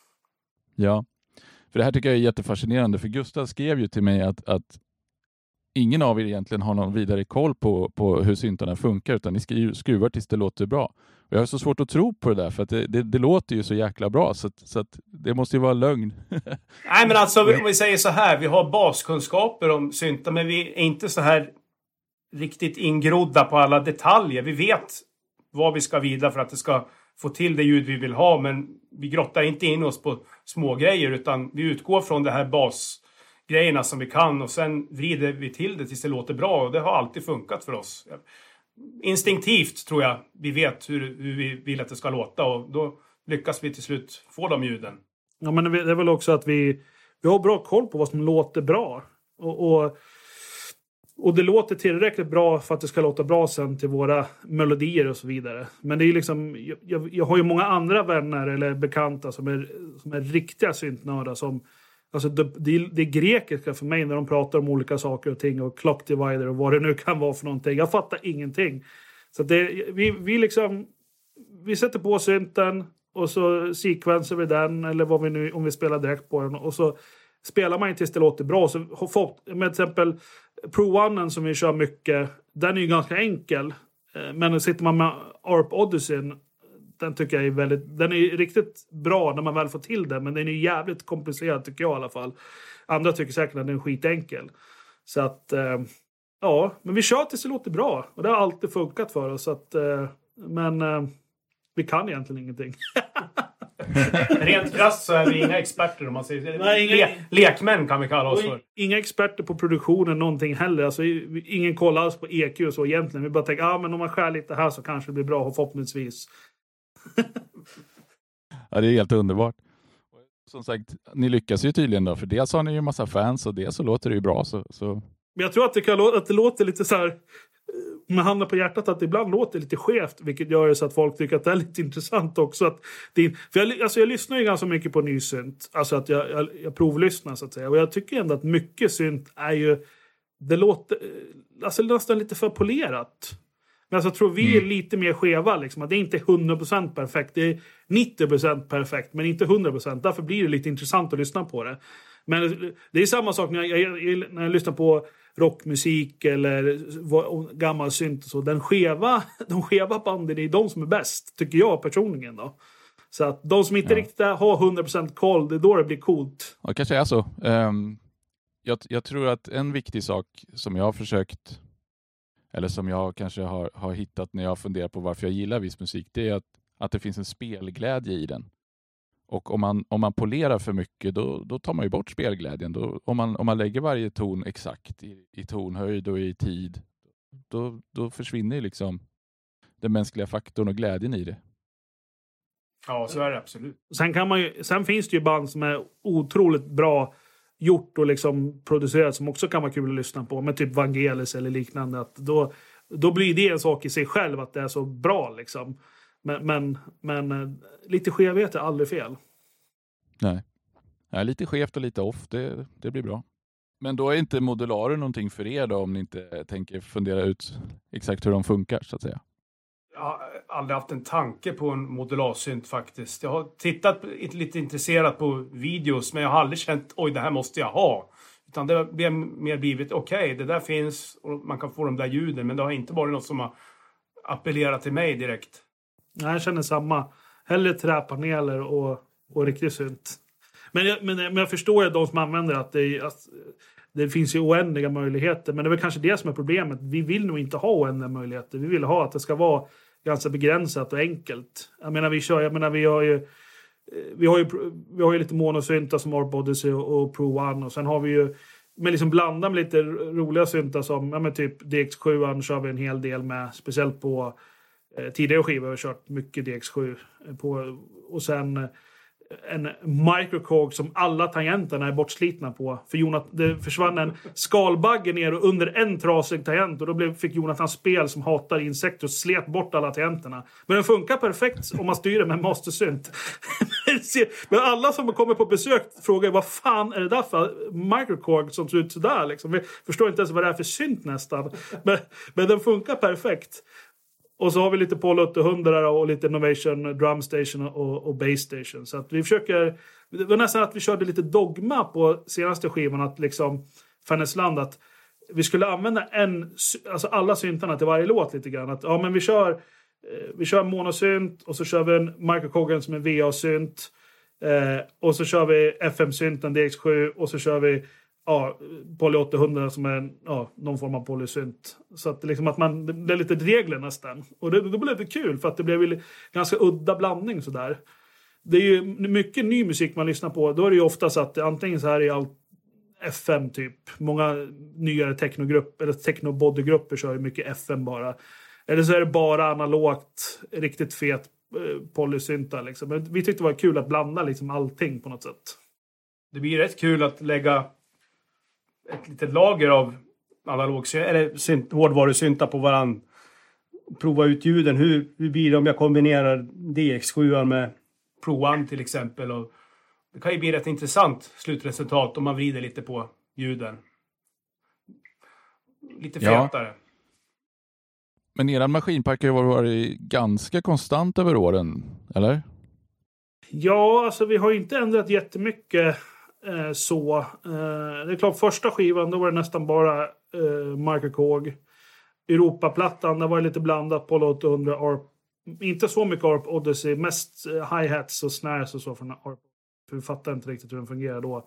Ja, för det här tycker jag är jättefascinerande. För Gustav skrev ju till mig att, att ingen av er egentligen har någon vidare koll på, på hur syntarna funkar. Utan ni skruvar, skruvar tills det låter bra. Och jag har så svårt att tro på det där. För att det, det, det låter ju så jäkla bra. Så, att, så att det måste ju vara lögn. Nej, men alltså om vi säger så här. Vi har baskunskaper om syntar. Men vi är inte så här riktigt ingrodda på alla detaljer. Vi vet vad vi ska vidare för att det ska få till det ljud vi vill ha. Men vi grottar inte in oss på små grejer. Utan vi utgår från det här basgrejerna som vi kan. Och sen vrider vi till det tills det låter bra. Och det har alltid funkat för oss. Instinktivt tror jag vi vet hur, hur vi vill att det ska låta. Och då lyckas vi till slut få de ljuden. Ja, men det är väl också att vi, vi har bra koll på vad som låter bra. Och, och, och det låter tillräckligt bra för att det ska låta bra sen till våra melodier och så vidare. Men det är liksom, jag, jag har ju många andra vänner eller bekanta som är, som är riktiga syntnördar som, alltså det, det, är, det är grekiska för mig när de pratar om olika saker och ting och clock divider och vad det nu kan vara för någonting. Jag fattar ingenting. Så att det, vi, vi liksom vi sätter på synten och så sekvenser vi den eller vad vi nu, om vi spelar direkt på den, och så spelar man tills det låter bra. Så med till exempel Pro One som vi kör mycket, den är ju ganska enkel, men sitter man med A R P Odyssey, den tycker jag är väldigt, den är riktigt bra när man väl får till den, men den är jävligt komplicerad tycker jag i alla fall. Andra tycker säkert att den är skitenkel. Så att eh, ja, men vi kör tills det låter bra, och det har alltid funkat för oss. Så att, eh, men eh, vi kan egentligen ingenting. Rent krasst så är vi inga experter om man säger. Nej, inga, Le- lekmän kan vi kalla oss för. Inga experter på produktionen någonting heller. Alltså, ingen kollar alls på E Q och så egentligen. Vi bara tänker, ja ah, men om man skär lite här så kanske det blir bra, förhoppningsvis. Ja, det är helt underbart. Som sagt, ni lyckas ju tydligen då, för dels har ni ju en massa fans och dels så låter det ju bra. Så, så. Men jag tror att det, kan, att det låter lite så här, med handen på hjärtat, att det ibland låter lite skevt, vilket gör så att folk tycker att det är lite intressant också. Att det, för jag, alltså jag lyssnar ju ganska mycket på ny synt, alltså att jag, jag, jag provlyssnar så att säga, och jag tycker ändå att mycket synt är ju, det låter alltså nästan lite för polerat. Men alltså, jag tror vi är lite mer skeva liksom, att det är inte hundra procent perfekt, det är nittio procent perfekt, men inte hundra procent, därför blir det lite intressant att lyssna på det. Men det är samma sak när jag, jag, när jag lyssnar på rockmusik eller gammal synt och så. Den skeva, de skeva banden är de som är bäst, tycker jag personligen då. Så att de som inte ja. riktigt har hundra procent koll, det är då det blir coolt. Ja, kanske är så. Um, jag, jag tror att en viktig sak som jag har försökt, eller som jag kanske har, har hittat när jag funderar på varför jag gillar viss musik, det är att, att det finns en spelglädje i den. Och om man, om man polerar för mycket, då, då tar man ju bort spelglädjen. Då, om, man, om man lägger varje ton exakt i, i tonhöjd och i tid, då, då försvinner ju liksom den mänskliga faktorn och glädjen i det. Ja, så är det absolut. Sen, kan man ju, sen finns det ju band som är otroligt bra gjort och liksom producerat, som också kan vara kul att lyssna på, med typ Vangelis eller liknande. Att då, då blir det en sak i sig själv att det är så bra liksom. Men, men, men lite skevhet är aldrig fel. Nej, ja, lite skevt och lite off, det, det blir bra. Men då är inte modularer någonting för er då, om ni inte tänker fundera ut exakt hur de funkar så att säga? Jag har aldrig haft en tanke på en modularsynt faktiskt. Jag har tittat lite intresserat på videos, men jag har aldrig känt, oj det här måste jag ha. Utan det har mer blivit, okej okay, det där finns och man kan få de där ljuden, men det har inte varit något som har appellerat till mig direkt. Nej, jag känner samma. Hellre träpaneler och, och riktigt synt. Men jag, men, men jag förstår ju de som använder att det, att det finns ju oändliga möjligheter. Men det är väl kanske det som är problemet. Vi vill nog inte ha oändliga möjligheter. Vi vill ha att det ska vara ganska begränsat och enkelt. Jag menar, vi kör, jag menar, vi har ju vi har ju, vi har ju lite monosynta som A R P Odyssey och, och Pro One. Och sen har vi ju, men liksom blanda med lite roliga synta som, ja men typ D X sju kör vi en hel del med. Speciellt på tidigare skivor har jag kört mycket D X sju på, och sen en microcog som alla tangenterna är bortslitna på. För Jonathan, det försvann en skalbagge ner och under en trasig tangent, och då blev, fick Jonathan spel som hatar insekter och slet bort alla tangenterna. Men den funkar perfekt om man styr den med mastersynt. Men alla som kommer på besök frågar, vad fan är det där för microcog som ser ut sådär liksom? Vi förstår inte ens vad det är för synt nästan. Men, men den funkar perfekt. Och så har vi lite Paul åttahundra och lite Innovation Drum Station och, och Bass Station. Så att vi försöker, det var nästan att vi körde lite dogma på senaste skivan, att liksom Fennesland, att vi skulle använda en, alltså alla syntarna till varje låt lite grann. Att ja, men vi kör vi kör monosynt och så kör vi en microcogen som är V A-synt. Eh, och så kör vi F M-synten D X sju och så kör vi ja, Poly åttahundra som är ja, någon form av polysynt. Så att, liksom att man, det är lite regler nästan. Och det, då blev det kul för att det blev en ganska udda blandning sådär. Det är ju mycket ny musik man lyssnar på. Då är det ju ofta så att antingen så här är allt F M typ. Många nyare technogrupper eller technobodygrupper kör ju mycket F M bara. Eller så är det bara analogt, riktigt fet eh, polysynta liksom. Men vi tyckte det var kul att blanda liksom allting på något sätt. Det blir rätt kul att lägga ett litet lager av analog eller synt, hårdvarusynta på varann. Prova ut ljuden. Hur, hur blir det om jag kombinerar D X sju med Pro One till exempel? Och det kan ju bli rätt intressant slutresultat om man vrider lite på ljuden. Lite fetare. Ja. Men er maskinpark har varit ganska konstant över åren, eller? Ja, alltså vi har ju inte ändrat jättemycket eh, så. Eh, det är klart, första skivan då var det nästan bara eh, Michael Kåg. Europaplattan, där var det lite blandat på åttahundra A R P. Inte så mycket A R P Odyssey, mest eh, hi-hats och snares och så från A R P. För vi fattar inte riktigt hur den fungerar då.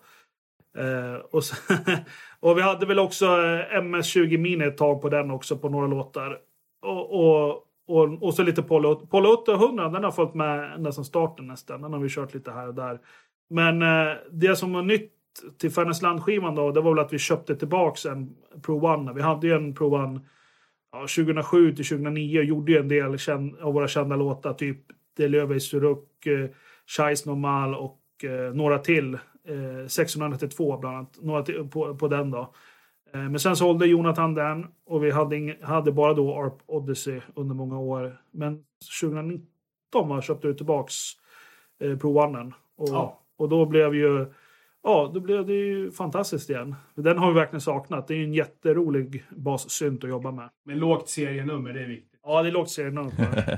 Eh, och, så, och vi hade väl också eh, M S tjugo Mini ett tag på den också på några låtar. Och, och, och, och så lite Polo, Polo åttahundra, den har fått med ända sedan starten nästan. Den har vi kört lite här och där. Men eh, det som var nytt till Färnäsland-skivan då, det var väl att vi köpte tillbaks en Pro One. Vi hade ju en Pro One ja, tjugohundrasju till tjugohundranio och gjorde ju en del känd, av våra kända låtar. Typ Delöve i Suruk, eh, Chais Normal och eh, några till. Eh, sexhundranittiotvå bland annat. Några till, på, på den då. Eh, men sen sålde Jonathan den och vi hade, ing, hade bara då A R P Odyssey under många år. Men tjugonitton var köpte vi tillbaks eh, Pro One. Och, ja. och då blev ju Ja, då blev det ju fantastiskt igen. Den har vi verkligen saknat. Det är ju en jätterolig bassynt att jobba med. Men lågt serienummer, det är viktigt. Ja, det är lågt serienummer.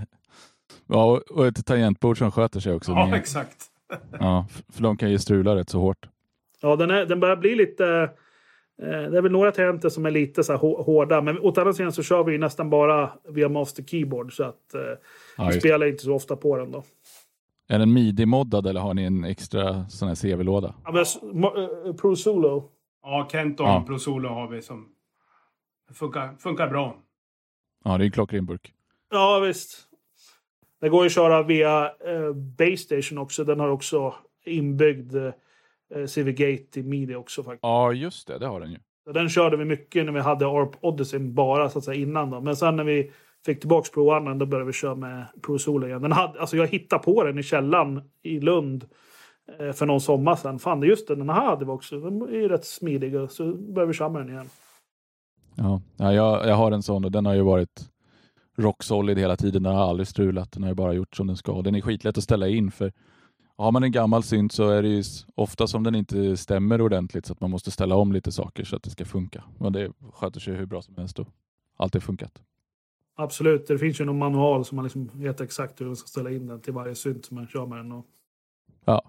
Ja, och ett tangentbord som sköter sig också. Ja, med. exakt. Ja, för de kan ju strula rätt så hårt. Ja, den, är, den börjar bli lite... Eh, det är väl några tangenter som är lite så här hårda. Men åt andra sidan så kör vi nästan bara via Master Keyboard. Så att eh, ja, vi spelar inte så ofta på den då. Är den midi-moddad eller har ni en extra sån här C V-låda? Ja, men, uh, Pro Solo. Ja, Kenton ja. Pro Solo har vi som funkar, funkar bra. Ja, det är en klockren burk. Ja, visst. Det går ju att köra via uh, Base Station också. Den har också inbyggd uh, C V Gate i midi också faktiskt. Ja, just det. Det har den ju. Så den körde vi mycket när vi hade A R P Odyssey bara så att säga innan då. Men sen när vi fick tillbaka Pro One, då började vi köra med Pro Solo igen. Den hade, alltså jag hittade på den i källan i Lund eh, för någon sommar sedan. Fan, det just den, den här hade vi också. Den är ju rätt smidig, så började vi köra med den igen. Ja, ja jag, jag har en sån och den har ju varit rock solid hela tiden. Den har aldrig strulat. Den har ju bara gjort som den ska. Den är skitlätt att ställa in för har man en gammal synt så är det ju ofta som den inte stämmer ordentligt så att man måste ställa om lite saker så att det ska funka. Och det sköter sig hur bra som helst då. Allt är funkat. Absolut, det finns ju någon manual som man liksom vet exakt hur man ska ställa in den till varje synt som man kör med den. Och... Ja,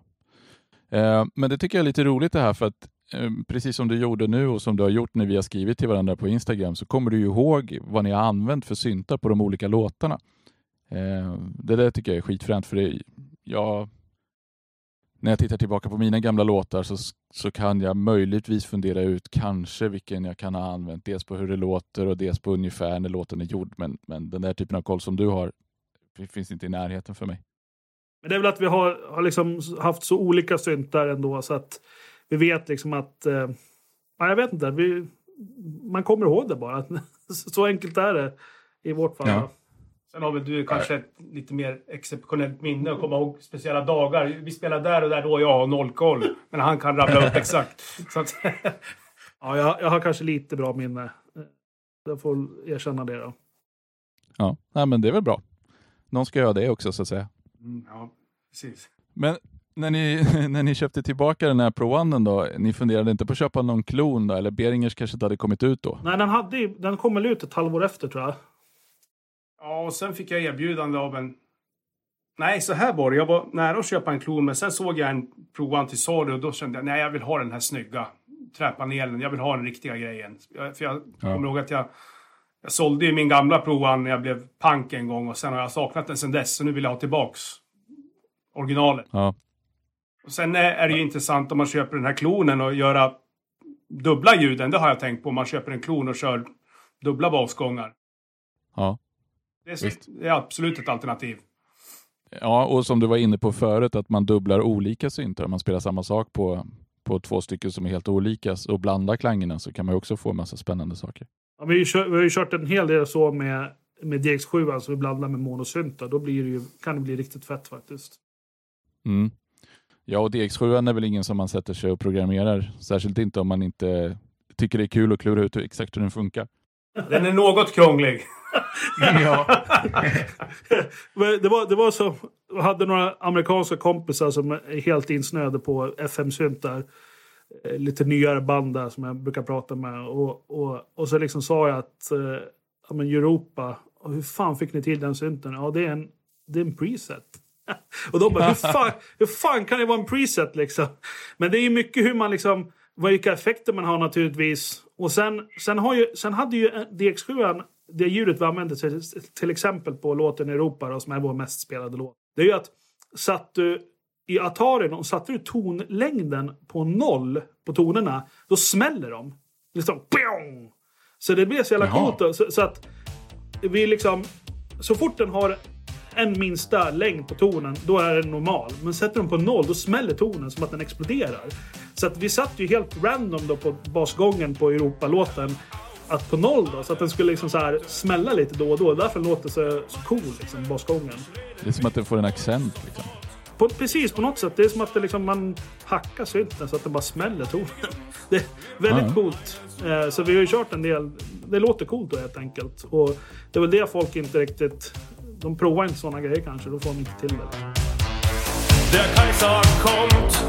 eh, men det tycker jag är lite roligt det här för att eh, precis som du gjorde nu och som du har gjort när vi har skrivit till varandra på Instagram så kommer du ju ihåg vad ni har använt för syntar på de olika låtarna. Eh, det där tycker jag är skitfränt för det, jag, när jag tittar tillbaka på mina gamla låtar så, så kan jag möjligtvis fundera ut kanske vilken jag kan ha använt. Dels på hur det låter och dels på ungefär när låten är gjord. Men, men den där typen av koll som du har finns inte i närheten för mig. Men det är väl att vi har, har liksom haft så olika syntar ändå så att vi vet liksom att... Eh, jag vet inte, vi, man kommer ihåg det bara. Så enkelt är det i vårt fall. Ja. Sen har väl du kanske ett lite mer exceptionellt minne och komma ihåg speciella dagar. Vi spelar där och där då jag har noll koll. Men han kan rabbla upp exakt. Så att... ja, jag, jag har kanske lite bra minne. Jag får erkänna det då. Ja, nej, men det är väl bra. Någon ska göra det också så att säga. Mm, ja, precis. Men när ni, när ni köpte tillbaka den här Pro One då, ni funderade inte på att köpa någon klon då? Eller Beringers kanske inte hade kommit ut då? Nej, den, hade, den kom väl ut ett halvår efter tror jag. Ja, och sen fick jag erbjudande av en... Nej, så här var det. Jag var nära att köpa en klon, men sen såg jag en Pro One till salu och då kände jag, nej, jag vill ha den här snygga träpanelen. Jag vill ha den riktiga grejen. För jag ja. kommer ihåg att jag, jag sålde ju min gamla Pro One när jag blev punk en gång och sen har jag saknat den sen dess. Så nu vill jag ha tillbaks originalet. Ja. Och sen är det ju ja. intressant om man köper den här klonen och göra dubbla ljuden. Det har jag tänkt på om man köper en klon och kör dubbla basgångar. Ja. Det är, det är absolut ett alternativ. Ja, och som du var inne på förut att man dubblar olika syntar. Man spelar samma sak på, på två stycken som är helt olika och blandar klangerna så kan man ju också få en massa spännande saker. Ja, vi, kör, vi har ju kört en hel del så med, med D X sju, alltså vi blandar med monosyntar. Då blir det ju, kan det bli riktigt fett faktiskt. Mm. Ja, och D X sju är väl ingen som man sätter sig och programmerar. Särskilt inte om man inte tycker det är kul att klura ut exakt hur den funkar. Den är något krånglig. Ja. det, var, det var så, jag hade några amerikanska kompisar som är helt insnöade på F M-syntar. Lite nyare band där som jag brukar prata med. Och, och, och så liksom sa jag att ja, men Europa Och hur fan fick ni till den synten? Ja, det är en, det är en preset. Och de bara, hur fan, hur fan kan det vara en preset liksom? Men det är ju mycket hur man liksom, vilka effekter man har naturligtvis. Och sen, sen, har ju, sen hade ju D X sju, det ljudet vi använde till, till exempel på låten Europa då, som är vår mest spelade låt. Det är ju att satt du i Atari och satte du tonlängden på noll på tonerna, då smäller de. Liksom, pjong! Så det blir så jävla coolt då, så, så att vi liksom, så fort den har en minsta längd på tonen, då är den normal. Men sätter den på noll, då smäller tonen som att den exploderar. Så att vi satt ju helt random då på basgången på Europa-låten att på noll då, så att den skulle liksom så här smälla lite då och då. Därför låter det så, så cool liksom, basgången. Det är som att den får en accent liksom. På, precis, på något sätt. Det är som att det liksom, man hackar synten så att den bara smäller tonen. Det är väldigt ja. coolt. Eh, så vi har ju kört en del. Det låter coolt då helt enkelt. Och det är väl det folk inte riktigt... De provar inte sådana grejer kanske. Då får de inte till det. Der Kaiser kommt.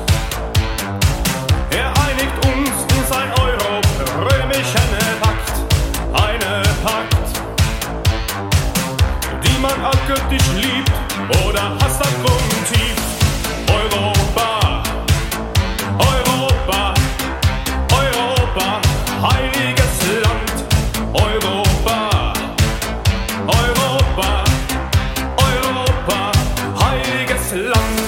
Er einigt uns in sein Euro-römischen Pakt. Eine Pakt, die man allgültig liebt oder hasst abgrundtief. Europa, Europa, Europa, heiliges Land. Europa, Europa, Europa, heiliges Land.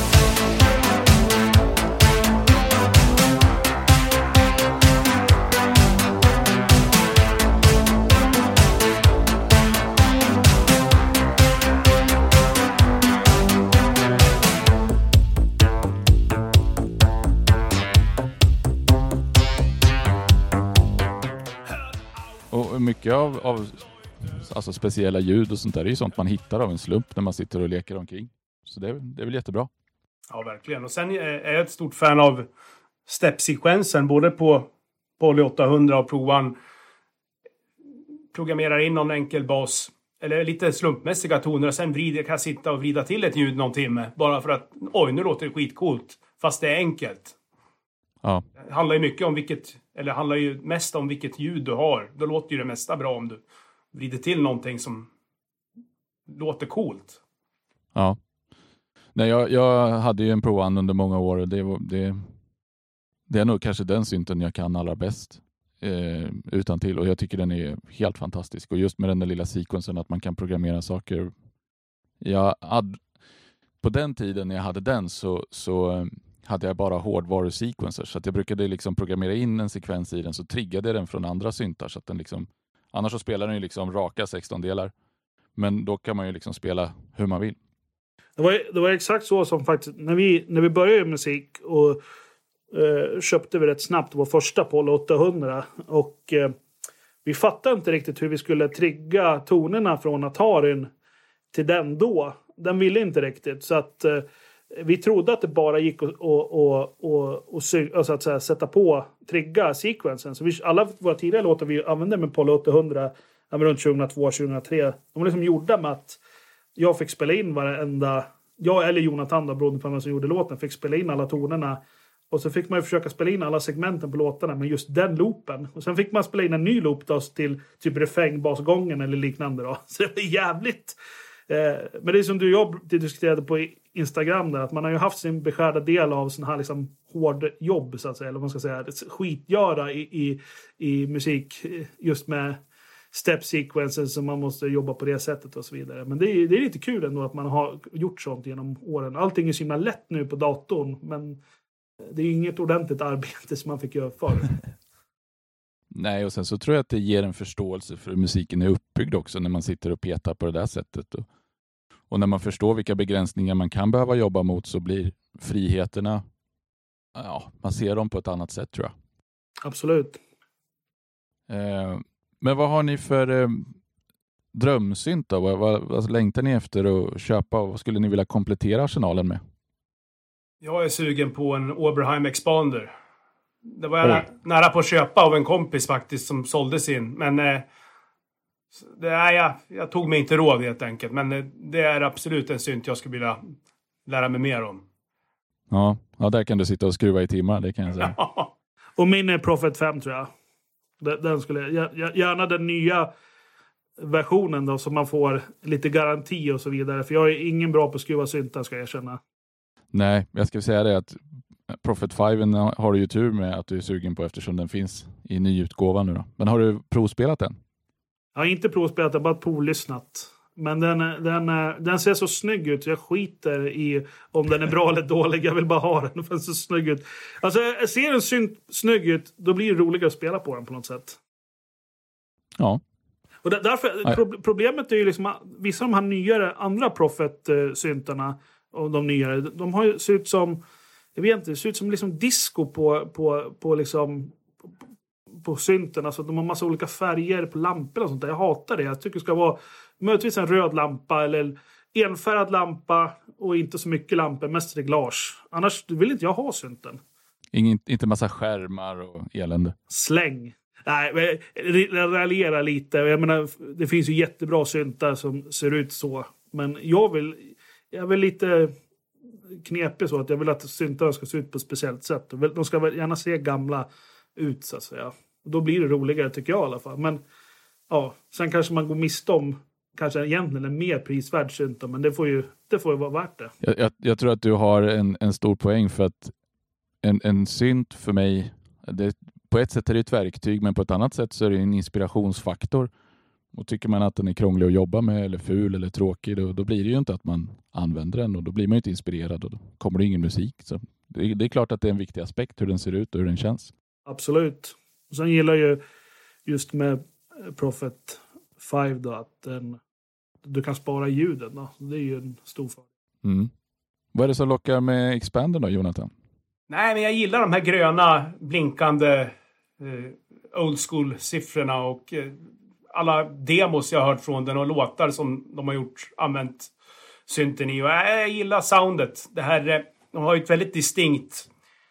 Och mycket av, av alltså speciella ljud och sånt där, det är ju sånt man hittar av en slump när man sitter och leker omkring. Så det, det är väl jättebra. Ja, verkligen. Och sen är jag ett stort fan av step-sekvensen, både på Poly åttahundra och Pro One. Programmerar in någon enkel bas, eller lite slumpmässiga toner, och sen vrider, kan jag sitta och vrida till ett ljud någon timme. Bara för att, oj, nu låter det skitcoolt. Fast det är enkelt. Ja. Det handlar ju mycket om vilket, eller handlar ju mest om vilket ljud du har. Då låter ju det mesta bra om du vrider till någonting som låter coolt. Ja. Nej, jag, jag hade ju en Pro One under många år. Det, det, det är nog kanske den synten jag kan allra bäst eh, utan till. Och jag tycker den är helt fantastisk. Och just med den där lilla sekvensen att man kan programmera saker. Jag hade, på den tiden när jag hade den så... så hade jag bara hårdvarusequencer, så att jag brukade liksom programmera in en sekvens i den, så triggade den från andra syntar, så att den liksom, annars så spelar den ju liksom raka sexton-delar, men då kan man ju liksom spela hur man vill. Det var, det var exakt så som faktiskt, när vi, när vi började med musik och eh, köpte vi rätt snabbt vår första Poly åttahundra, och eh, vi fattade inte riktigt hur vi skulle trigga tonerna från Atarin till den då. Den ville inte riktigt, så att eh, vi trodde att det bara gick att och, och, och, och, alltså att säga, sätta på, trigga sekvensen. Så vi, alla våra tidigare låtar vi använde med Poly åttahundra runt tjugohundratvå tjugohundratre. De var liksom gjorda med att jag fick spela in varenda... Jag eller Jonathan, då, beroende på vem som gjorde låten, fick spela in alla tonerna. Och så fick man ju försöka spela in alla segmenten på låtarna med just den loopen. Och sen fick man spela in en ny loop då, till typ refrängbasgången eller liknande. Då. Så det var jävligt... Men det är som du och jag diskuterade på Instagram där, att man har ju haft sin beskärda del av sån här liksom hård jobb, så att säga, eller vad man ska säga, skitgöra i, i, i musik, just med step sequences som man måste jobba på det sättet och så vidare. Men det är, det är lite kul ändå att man har gjort sånt genom åren. Allting är så himla lätt nu på datorn, men det är inget ordentligt arbete som man fick göra förr. Nej, och sen så tror jag att det ger en förståelse för hur musiken är uppbyggd också, när man sitter och petar på det där sättet. Och, och när man förstår vilka begränsningar man kan behöva jobba mot, så blir friheterna, ja, man ser dem på ett annat sätt, tror jag. Absolut. Eh, men vad har ni för eh, drömsynt då? Vad, vad, vad längtar ni efter att köpa, och vad skulle ni vilja komplettera arsenalen med? Jag är sugen på en Oberheim Expander. Det var jag nära, nära på att köpa av en kompis faktiskt som sålde sin. Men eh, det är, jag, jag tog mig inte råd helt enkelt. Men eh, det är absolut en synt jag skulle vilja lära mig mer om. Ja, ja, där kan du sitta och skruva i timmar, det kan jag säga. Och min är Prophet fem, tror jag. Den, den skulle, gärna den nya versionen då, så man får lite garanti och så vidare. För jag är ingen bra på att skruva syntar, ska jag erkänna. Nej, jag ska säga det att Prophet fem har du ju tur med att du är sugen på eftersom den finns i nyutgåvan nu då. Men har du provspelat den? Jag har inte provspelat, jag har bara provlyssnat. Men den, den, den ser så snygg ut. Jag skiter i om den är bra eller dålig. Jag vill bara ha den. Den ser så snygg ut. Alltså, ser den syn, snygg ut, då blir det roligare att spela på den på något sätt. Ja. Och där, därför, pro, problemet är ju liksom att vissa av de här nyare, andra Prophet-syntarna och de nyare, de har ju ser ut som, jag vet inte, det ser ut som liksom disco på, på, på liksom på synten. Alltså de har massa olika färger på lampor och sånt där. Jag hatar det. Jag tycker det ska vara möjligtvis en röd lampa eller enfärgad lampa och inte så mycket lampor, mest reglage. Annars vill inte jag ha synten. Ingen, inte massa skärmar och elände. Släng. Nej, jag raljerar lite. Jag menar, det finns ju jättebra syntar som ser ut så. Men jag vill, jag vill lite knepig så att jag vill att syntarna ska se ut på ett speciellt sätt. De ska väl gärna se gamla ut, så att säga. Då blir det roligare, tycker jag i alla fall. Men ja, sen kanske man går miste om kanske egentligen en mer prisvärd synt, men det får ju, det får ju vara värt det. Jag, jag, jag tror att du har en, en stor poäng, för att en, en synt för mig, det, på ett sätt är det ett verktyg, men på ett annat sätt så är det en inspirationsfaktor. Och tycker man att den är krånglig att jobba med eller ful eller tråkig, då, då blir det ju inte att man använder den, och då blir man ju inte inspirerad och då kommer det ingen musik. Så det, det är klart att det är en viktig aspekt hur den ser ut och hur den känns. Absolut. Och sen gillar jag ju just med Prophet fem då, att den, du kan spara ljuden då. Det är ju en stor fördel. Mm. Vad är det som lockar med Expander då, Jonathan? Nej, men jag gillar de här gröna, blinkande eh, old school-siffrorna och eh, alla demos jag har hört från den och låtar som de har gjort, använt synten i. Och jag gillar soundet. Det här, eh, de har ju ett väldigt distinkt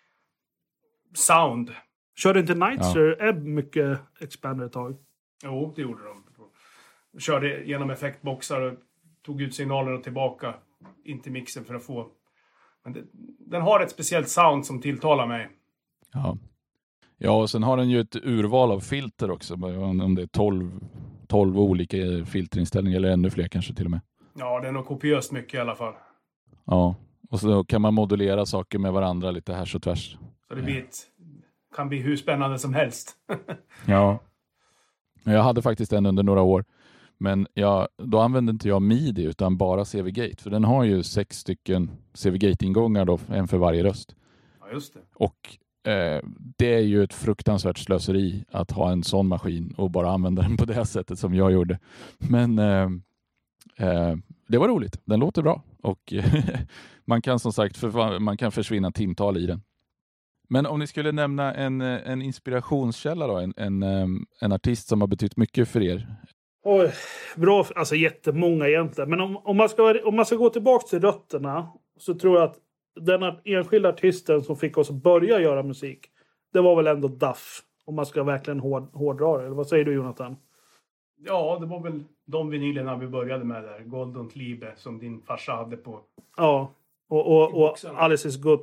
sound. Körde inte Nightshare ja. Ebb mycket Expander ett tag? Jo, det gjorde de. de. Körde genom effektboxar och tog ut signalerna tillbaka in till mixen för att få... Men det, den har ett speciellt sound som tilltalar mig. Ja. Ja, och sen har den ju ett urval av filter också. Om det är tolv, tolv olika filterinställningar eller ännu fler kanske till och med. Ja, det är nog kopiöst mycket i alla fall. Ja, och så kan man modulera saker med varandra lite här så tvärs. Så det blir ett, kan bli hur spännande som helst. Ja. Jag hade faktiskt en under några år. Men jag, då använde inte jag midi utan bara C V Gate. För den har ju sex stycken C V Gate-ingångar då, en för varje röst. Ja, just det. Och eh, det är ju ett fruktansvärt slöseri att ha en sån maskin och bara använda den på det här sättet som jag gjorde. Men eh, eh, det var roligt. Den låter bra. Och man kan som sagt för, man kan försvinna timtal i den. Men om ni skulle nämna en, en inspirationskälla då, en, en, en artist som har betytt mycket för er. Oj, bra, alltså jättemånga egentligen. Men om, om, man ska, om man ska gå tillbaka till rötterna så tror jag att den enskilda artisten som fick oss att börja göra musik, det var väl ändå Duff. Om man ska verkligen hård, hårdra det. Eller vad säger du, Jonathan? Ja, det var väl de vinylerna vi började med där. Golden Liebe som din farsa hade på. Ja, och, och, och Alice is Good.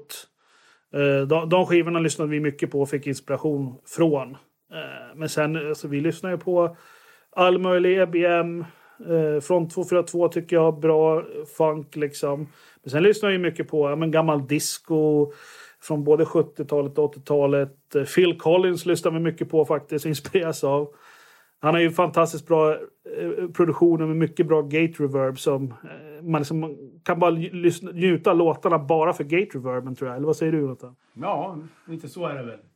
De, de skivorna lyssnade vi mycket på och fick inspiration från. Men sen, alltså, vi lyssnade ju på all möjlig E B M. Från två fyra två tycker jag bra funk liksom. Men sen lyssnade vi mycket på ja, men gammal disco från både sjuttiotalet och åttiotalet. Phil Collins lyssnade vi mycket på faktiskt, inspireras av. Han har ju fantastiskt bra eh, produktioner med mycket bra gate reverb som eh, man liksom kan bara lyssna, njuta av låtarna bara för gate reverben, tror jag. Eller vad säger du, Jonathan? Ja, lite så är det väl.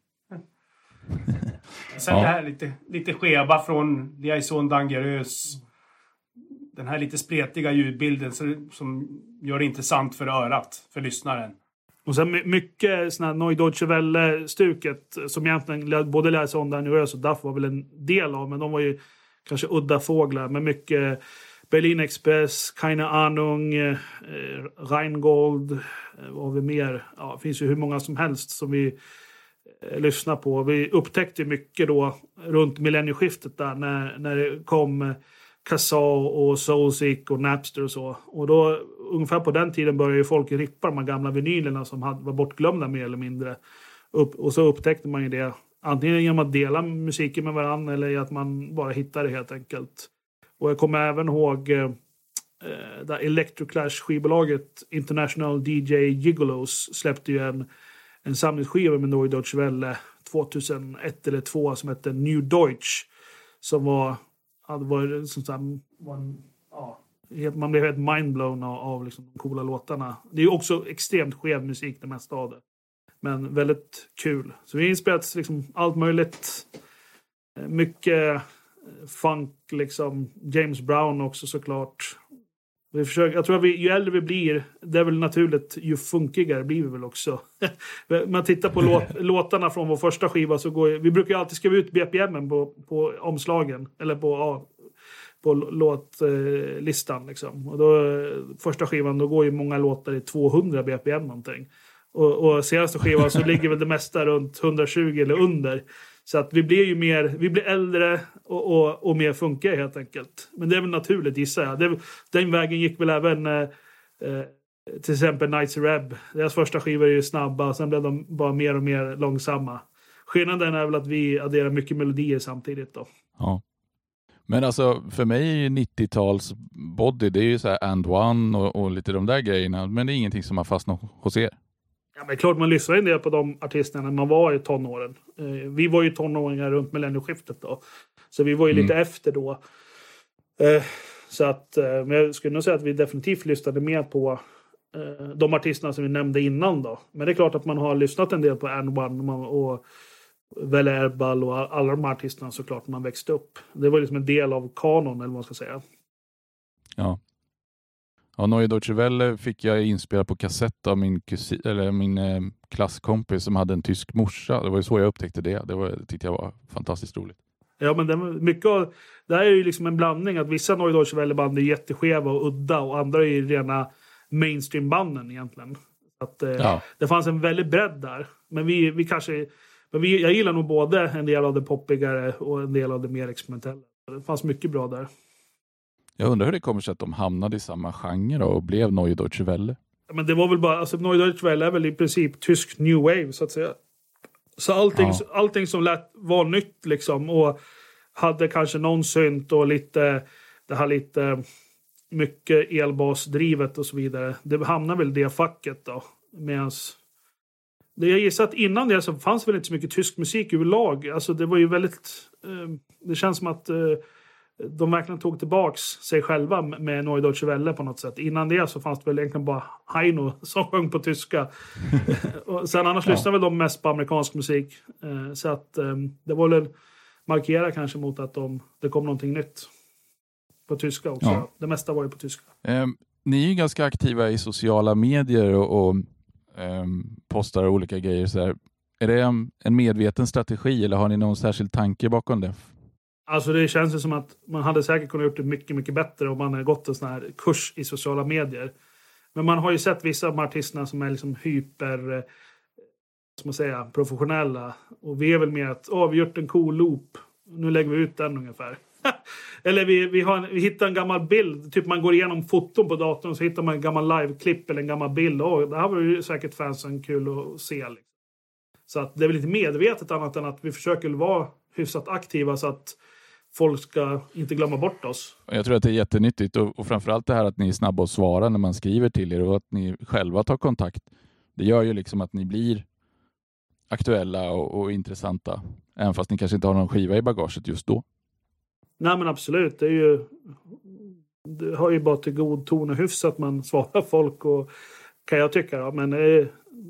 Sen ja. Det här lite, lite skeva från Liaison Dangerös. Den här lite spretiga ljudbilden som gör det intressant för örat, för lyssnaren. Och sen mycket sån här Neue Deutsche Welle-stuket som egentligen både Liaison Dangerös och Duff var väl en del av, men de var ju kanske udda fåglar med mycket Berlin Express, Keine Ahnung, eh, Rheingold, eh, vad har vi mer? Ja, det finns ju hur många som helst som vi eh, lyssnar på. Vi upptäckte mycket då runt millennieskiftet där när, när det kom eh, Kazaa och Soulseek och Napster och så. Och då, ungefär på den tiden började ju folk rippa de här gamla vinylerna som hade, var bortglömda mer eller mindre. Upp, och så upptäckte man ju det. Antingen genom att dela musiken med varandra eller att man bara hittade det helt enkelt. Och jag kommer även ihåg eh, där Electroclash skivbolaget International D J Gigolos släppte ju en, en samlingsskiva med Neue Deutsche Welle tjugohundraett eller två som hette New Deutsch. Som var, ja, det var, som sagt, var en, ja, man blev helt mindblown av, av liksom de coola låtarna. Det är ju också extremt skev musik det mesta av det. Men väldigt kul. Så vi har inspelat liksom allt möjligt. Mycket funk, liksom. James Brown också såklart. Vi försöker, jag tror att vi, ju äldre vi blir, det är väl naturligt, ju funkigare blir vi väl också. Man tittar på låt, låtarna från vår första skiva så går vi brukar ju alltid skriva ut B P M på, på omslagen. Eller på, ja, på låtlistan. Eh, liksom. Och då, första skivan, då går ju många låtar i tvåhundra B P M någonting. Och, och senaste skivan så ligger väl det mesta runt hundratjugo eller under. Så att vi blir ju mer, vi blir äldre och, och, och mer funkar helt enkelt. Men det är väl naturligt gissar jag. Det, den vägen gick väl även eh, till exempel Nights Reb. Deras första skivor är ju snabba, sen blev de bara mer och mer långsamma. Skillnaden är väl att vi adderar mycket melodier samtidigt då. Ja. Men alltså för mig är ju nittio-tals body, det är ju så här And One och, och lite de där grejerna. Men det är ingenting som har fastnat hos er. Ja, men klart man lyssnar en del på de artisterna när man var i tonåren. Eh, vi var ju tonåringar runt millennieskiftet då. Så vi var ju mm. lite efter då. Eh, så att, eh, men jag skulle nog säga att vi definitivt lyssnade mer på eh, de artisterna som vi nämnde innan då. Men det är klart att man har lyssnat en del på And One och Welle Erball och alla de här artisterna såklart när man växte upp. Det var liksom en del av kanon eller vad man ska säga. Ja. Ja, Neue Deutsche Welle fick jag inspelad på kassett av min, kusin, eller min eh, klasskompis som hade en tysk morsa. Det var ju så jag upptäckte det. Det, var, det tyckte jag var fantastiskt roligt. Ja, men det, mycket av, det här är ju liksom en blandning att vissa Neue Deutsche Welle-band är jätteskeva och udda och andra är ju rena mainstream-banden egentligen. Att, eh, ja. Det fanns en väldigt bredd där. Men vi, vi kanske... Men vi, jag gillar nog både en del av det poppigare och en del av det mer experimentella. Det fanns mycket bra där. Jag undrar hur det kommer sig att de hamnade i samma genre och blev Neue Deutsche Welle. Men det var väl bara, alltså Neue Deutsche Welle är väl i princip tysk new wave så att säga. Så allting, ja. allting som lät var nytt liksom och hade kanske någon synt och lite, det här lite mycket elbasdrivet och så vidare. Det hamnar väl det facket då. Medans det jag gissar att innan det så fanns väl inte så mycket tysk musik överlag. Alltså det var ju väldigt, eh, det känns som att eh, de verkligen tog tillbaks sig själva med Neue Deutsche Welle på något sätt. Innan det så fanns det väl egentligen bara Heino som sjöng på tyska. Och sen annars ja. lyssnade väl de mest på amerikansk musik. Eh, så att eh, det var väl markera kanske mot att de, det kom någonting nytt på tyska också. Ja. Det mesta var ju på tyska. Eh, ni är ju ganska aktiva i sociala medier och, och eh, postar olika grejer. Så här. Är det en, en medveten strategi eller har ni någon särskild tanke bakom det? Alltså det känns ju som att man hade säkert kunnat gjort det mycket, mycket bättre om man hade gått en sån här kurs i sociala medier. Men man har ju sett vissa av de artisterna som är liksom hyper, som man säger, professionella. Och vi är väl mer att, åh, vi har gjort en cool loop. Nu lägger vi ut den ungefär. Eller vi, vi, har en, vi hittar en gammal bild. Typ man går igenom foton på datorn så hittar man en gammal live-klipp eller en gammal bild. Åh, det här var ju säkert fansen kul att se. Liksom. Så att det är väl lite medvetet annat än att vi försöker vara hyfsat aktiva så att folk ska inte glömma bort oss. Jag tror att det är jättenyttigt och, och framförallt det här att ni är snabba att svara när man skriver till er och att ni själva tar kontakt. Det gör ju liksom att ni blir aktuella och, och intressanta även fast ni kanske inte har någon skiva i bagaget just då. Nej men absolut, det är ju det har ju bara till god ton och hyfs att man svarar folk och kan jag tycka då. Men eh,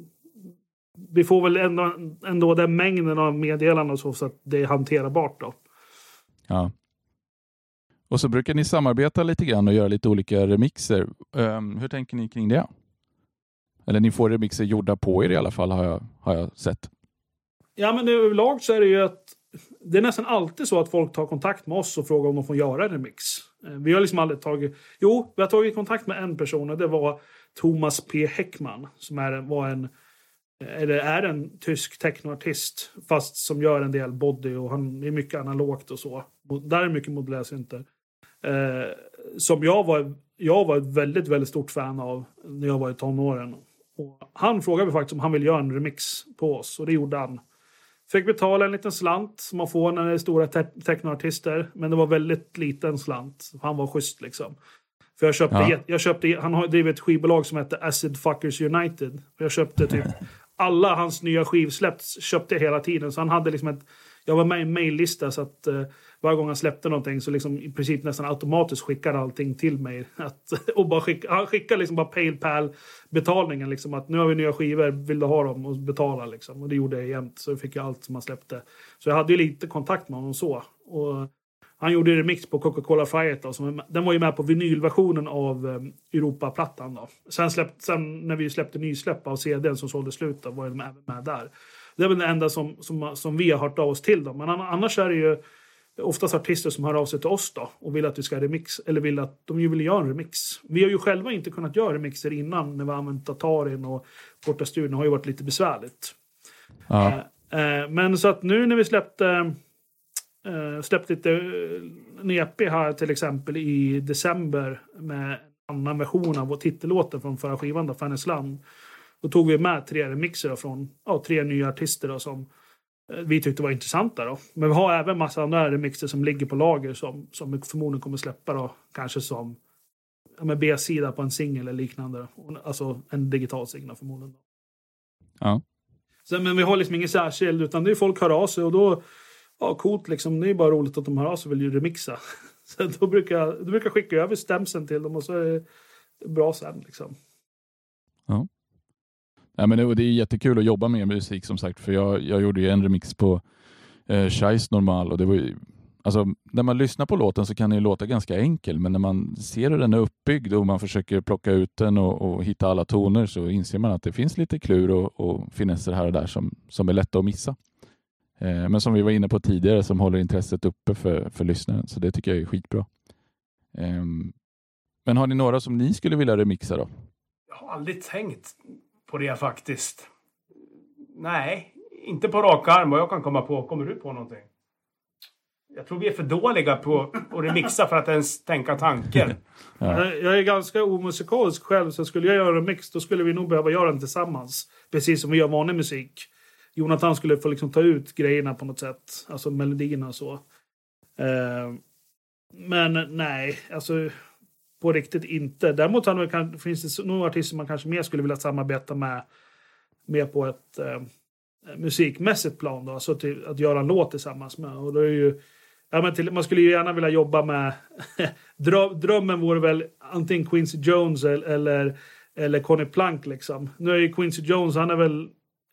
vi får väl ändå, ändå den mängden av meddelanden så, så att det är hanterbart då. Ja. Och så brukar ni samarbeta lite grann och göra lite olika remixer. Um, hur tänker ni kring det? Eller ni får remixer gjorda på er i alla fall har jag, har jag sett. Ja men överlag så är det ju att det är nästan alltid så att folk tar kontakt med oss och frågar om de får göra en remix. Vi har liksom aldrig tagit... Jo, vi har tagit kontakt med en person och det var Thomas P. Häckman som är, var en, eller är en tysk technoartist fast som gör en del body och han är mycket analogt och så. Där är mycket modulärcynter. Eh, som jag var, jag var ett väldigt, väldigt stort fan av när jag var i tonåren. Och han frågade faktiskt om han vill göra en remix på oss och det gjorde han Fick betala en liten slant som man får när det är stora te- technoartister. Men det var väldigt liten slant. Han var schysst liksom. För jag köpte, Ja. jag köpte, han har drivit ett skivbolag som heter Acid Fuckers United. Jag köpte typ alla hans nya skivsläpp köpte jag hela tiden. Så han hade liksom ett, jag var med i en maillista så att uh, varje gång han släppte någonting så liksom i princip nästan automatiskt skickade allting till mig. Att, och bara skicka, han skickade liksom bara PayPal betalningen liksom att nu har vi nya skivor, vill du ha dem och betala liksom. Och det gjorde jag jämt så fick jag allt som han släppte. Så jag hade ju lite kontakt med honom så. Och han gjorde remix på Coca-Cola Fright då, som, den var ju med på vinylversionen av um, Europaplattan då. Sen, släpp, sen när vi släppte nysläpp av C D:n som sålde slut då, var den även med där. Det är väl det enda som, som, som vi har hört av oss till då. Men annars är det ju oftast artister som hör av sig till oss då och vill att vi ska remix, eller vill att de ju vill göra en remix. Vi har ju själva inte kunnat göra remixer innan när vi har använt Atarin och Porta-studion har ju varit lite besvärligt. Ja. Eh, eh, men så att nu när vi släppte Uh, släppt lite uh, en E P här till exempel i december med en annan version av vår titellåten från förra skivan då, Fannes land. Då tog vi med tre remixer då, från ja, tre nya artister då, som uh, vi tyckte var intressanta då. Men vi har även massa andra remixer som ligger på lager som, som vi förmodligen kommer släppa då, kanske som ja, med B-sida på en singel eller liknande. Alltså en digital singel förmodligen. Ja. Så, men vi har liksom ingen särskild utan det är folk hör av sig och då ja, coolt liksom. Det är bara roligt att de hör av sig och vill ju remixa. Så då brukar jag, då brukar jag skicka över stämsen till dem och så är det bra sen liksom. Ja. Ja, men det, det är jättekul att jobba med musik som sagt. För jag, jag gjorde ju en remix på eh, Scheisse Normal och det var ju, alltså när man lyssnar på låten så kan det ju låta ganska enkel. Men när man ser hur den är uppbyggd och man försöker plocka ut den och, och hitta alla toner så inser man att det finns lite klur och, och finesser här och där som, som är lätta att missa. Men som vi var inne på tidigare som håller intresset uppe för, för lyssnaren. Så det tycker jag är skitbra. Men har ni några som ni skulle vilja remixa då? Jag har aldrig tänkt på det faktiskt. Nej, inte på rak arm vad jag kan komma på. Kommer du på någonting? Jag tror vi är för dåliga på att remixa för att ens tänka tanken. Ja. Jag är ganska omusikalisk själv så skulle jag göra en remix då skulle vi nog behöva göra den tillsammans. Precis som vi gör vanlig musik. Jonathan skulle få liksom ta ut grejerna på något sätt. Alltså melodierna och så. Eh, men nej, alltså på riktigt inte. Däremot har kan, finns det några artister man kanske mer skulle vilja samarbeta med. Mer på ett eh, musikmässigt plan då. Alltså till, att göra en låt tillsammans med. Och då är ju, ja, men till, man skulle ju gärna vilja jobba med drömmen vore väl antingen Quincy Jones eller, eller Conny Plank liksom. Nu är ju Quincy Jones, han är väl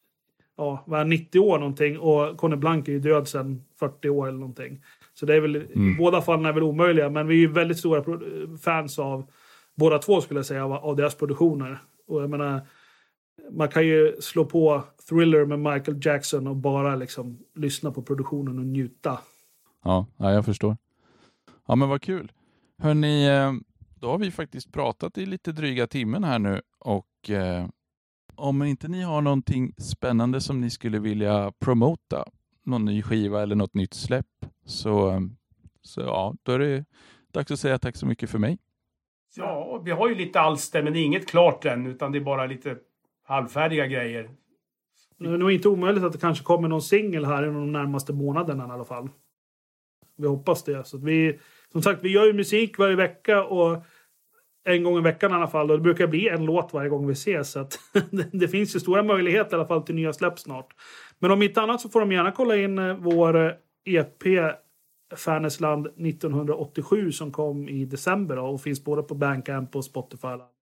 ja, var nittio år någonting och Conny Blanc är ju död sedan fyrtio år eller någonting. Så det är väl, mm. båda fallen är väl omöjliga, men vi är ju väldigt stora fans av båda två skulle jag säga, av, av deras produktioner. Och jag menar, man kan ju slå på Thriller med Michael Jackson och bara liksom lyssna på produktionen och njuta. Ja, ja jag förstår. Ja, men vad kul. Hörrni, då har vi faktiskt pratat i lite dryga timmen här nu och eh, om inte ni har någonting spännande som ni skulle vilja promota, någon ny skiva eller något nytt släpp, så, så ja, då är det dags att säga tack så mycket för mig. Ja, vi har ju lite alster men det är inget klart än utan det är bara lite halvfärdiga grejer. Det är nog inte omöjligt att det kanske kommer någon singel här i de närmaste månaderna i alla fall. Vi hoppas det. Så att vi, som sagt, vi gör ju musik varje vecka och en gång i veckan i alla fall. Och det brukar bli en låt varje gång vi ses. Så att det finns ju stora möjligheter i alla fall till nya släpp snart. Men om inte annat så får de gärna kolla in vår E P Fannes land nittonhundraåttiosju som kom i december då, och finns både på Bandcamp och Spotify.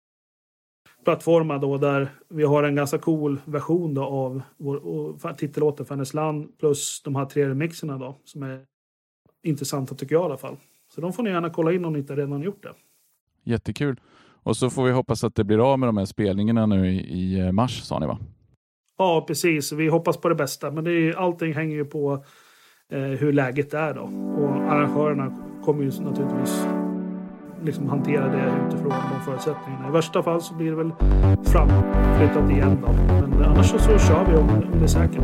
Plattformar då där vi har en ganska cool version då av vår titellåten Fannes land plus de här tre remixerna då som är intressanta tycker jag i alla fall. Så de får ni gärna kolla in om ni inte redan gjort det. Jättekul. Och så får vi hoppas att det blir av med de här spelningarna nu i, i mars, sa ni va? Ja, precis. Vi hoppas på det bästa. Men det är, allting hänger ju på eh, hur läget är då. Och arrangörerna kommer ju naturligtvis liksom hantera det utifrån de förutsättningarna. I värsta fall så blir det väl framflyttat igen då. Men annars så, så kör vi om, om det är säkert.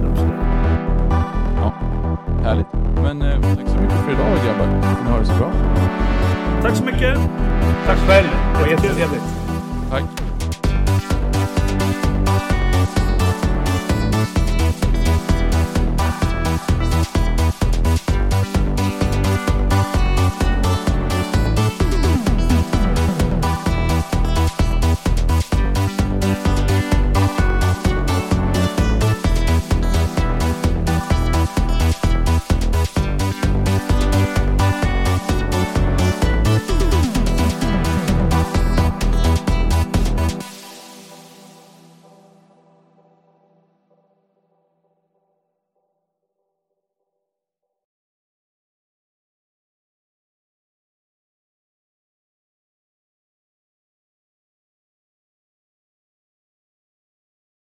Ja, härligt. Men eh, tack så mycket för idag grabbar. Ni har det så bra. Tack så mycket. Tack själv. Det var jättetrevligt. Tack.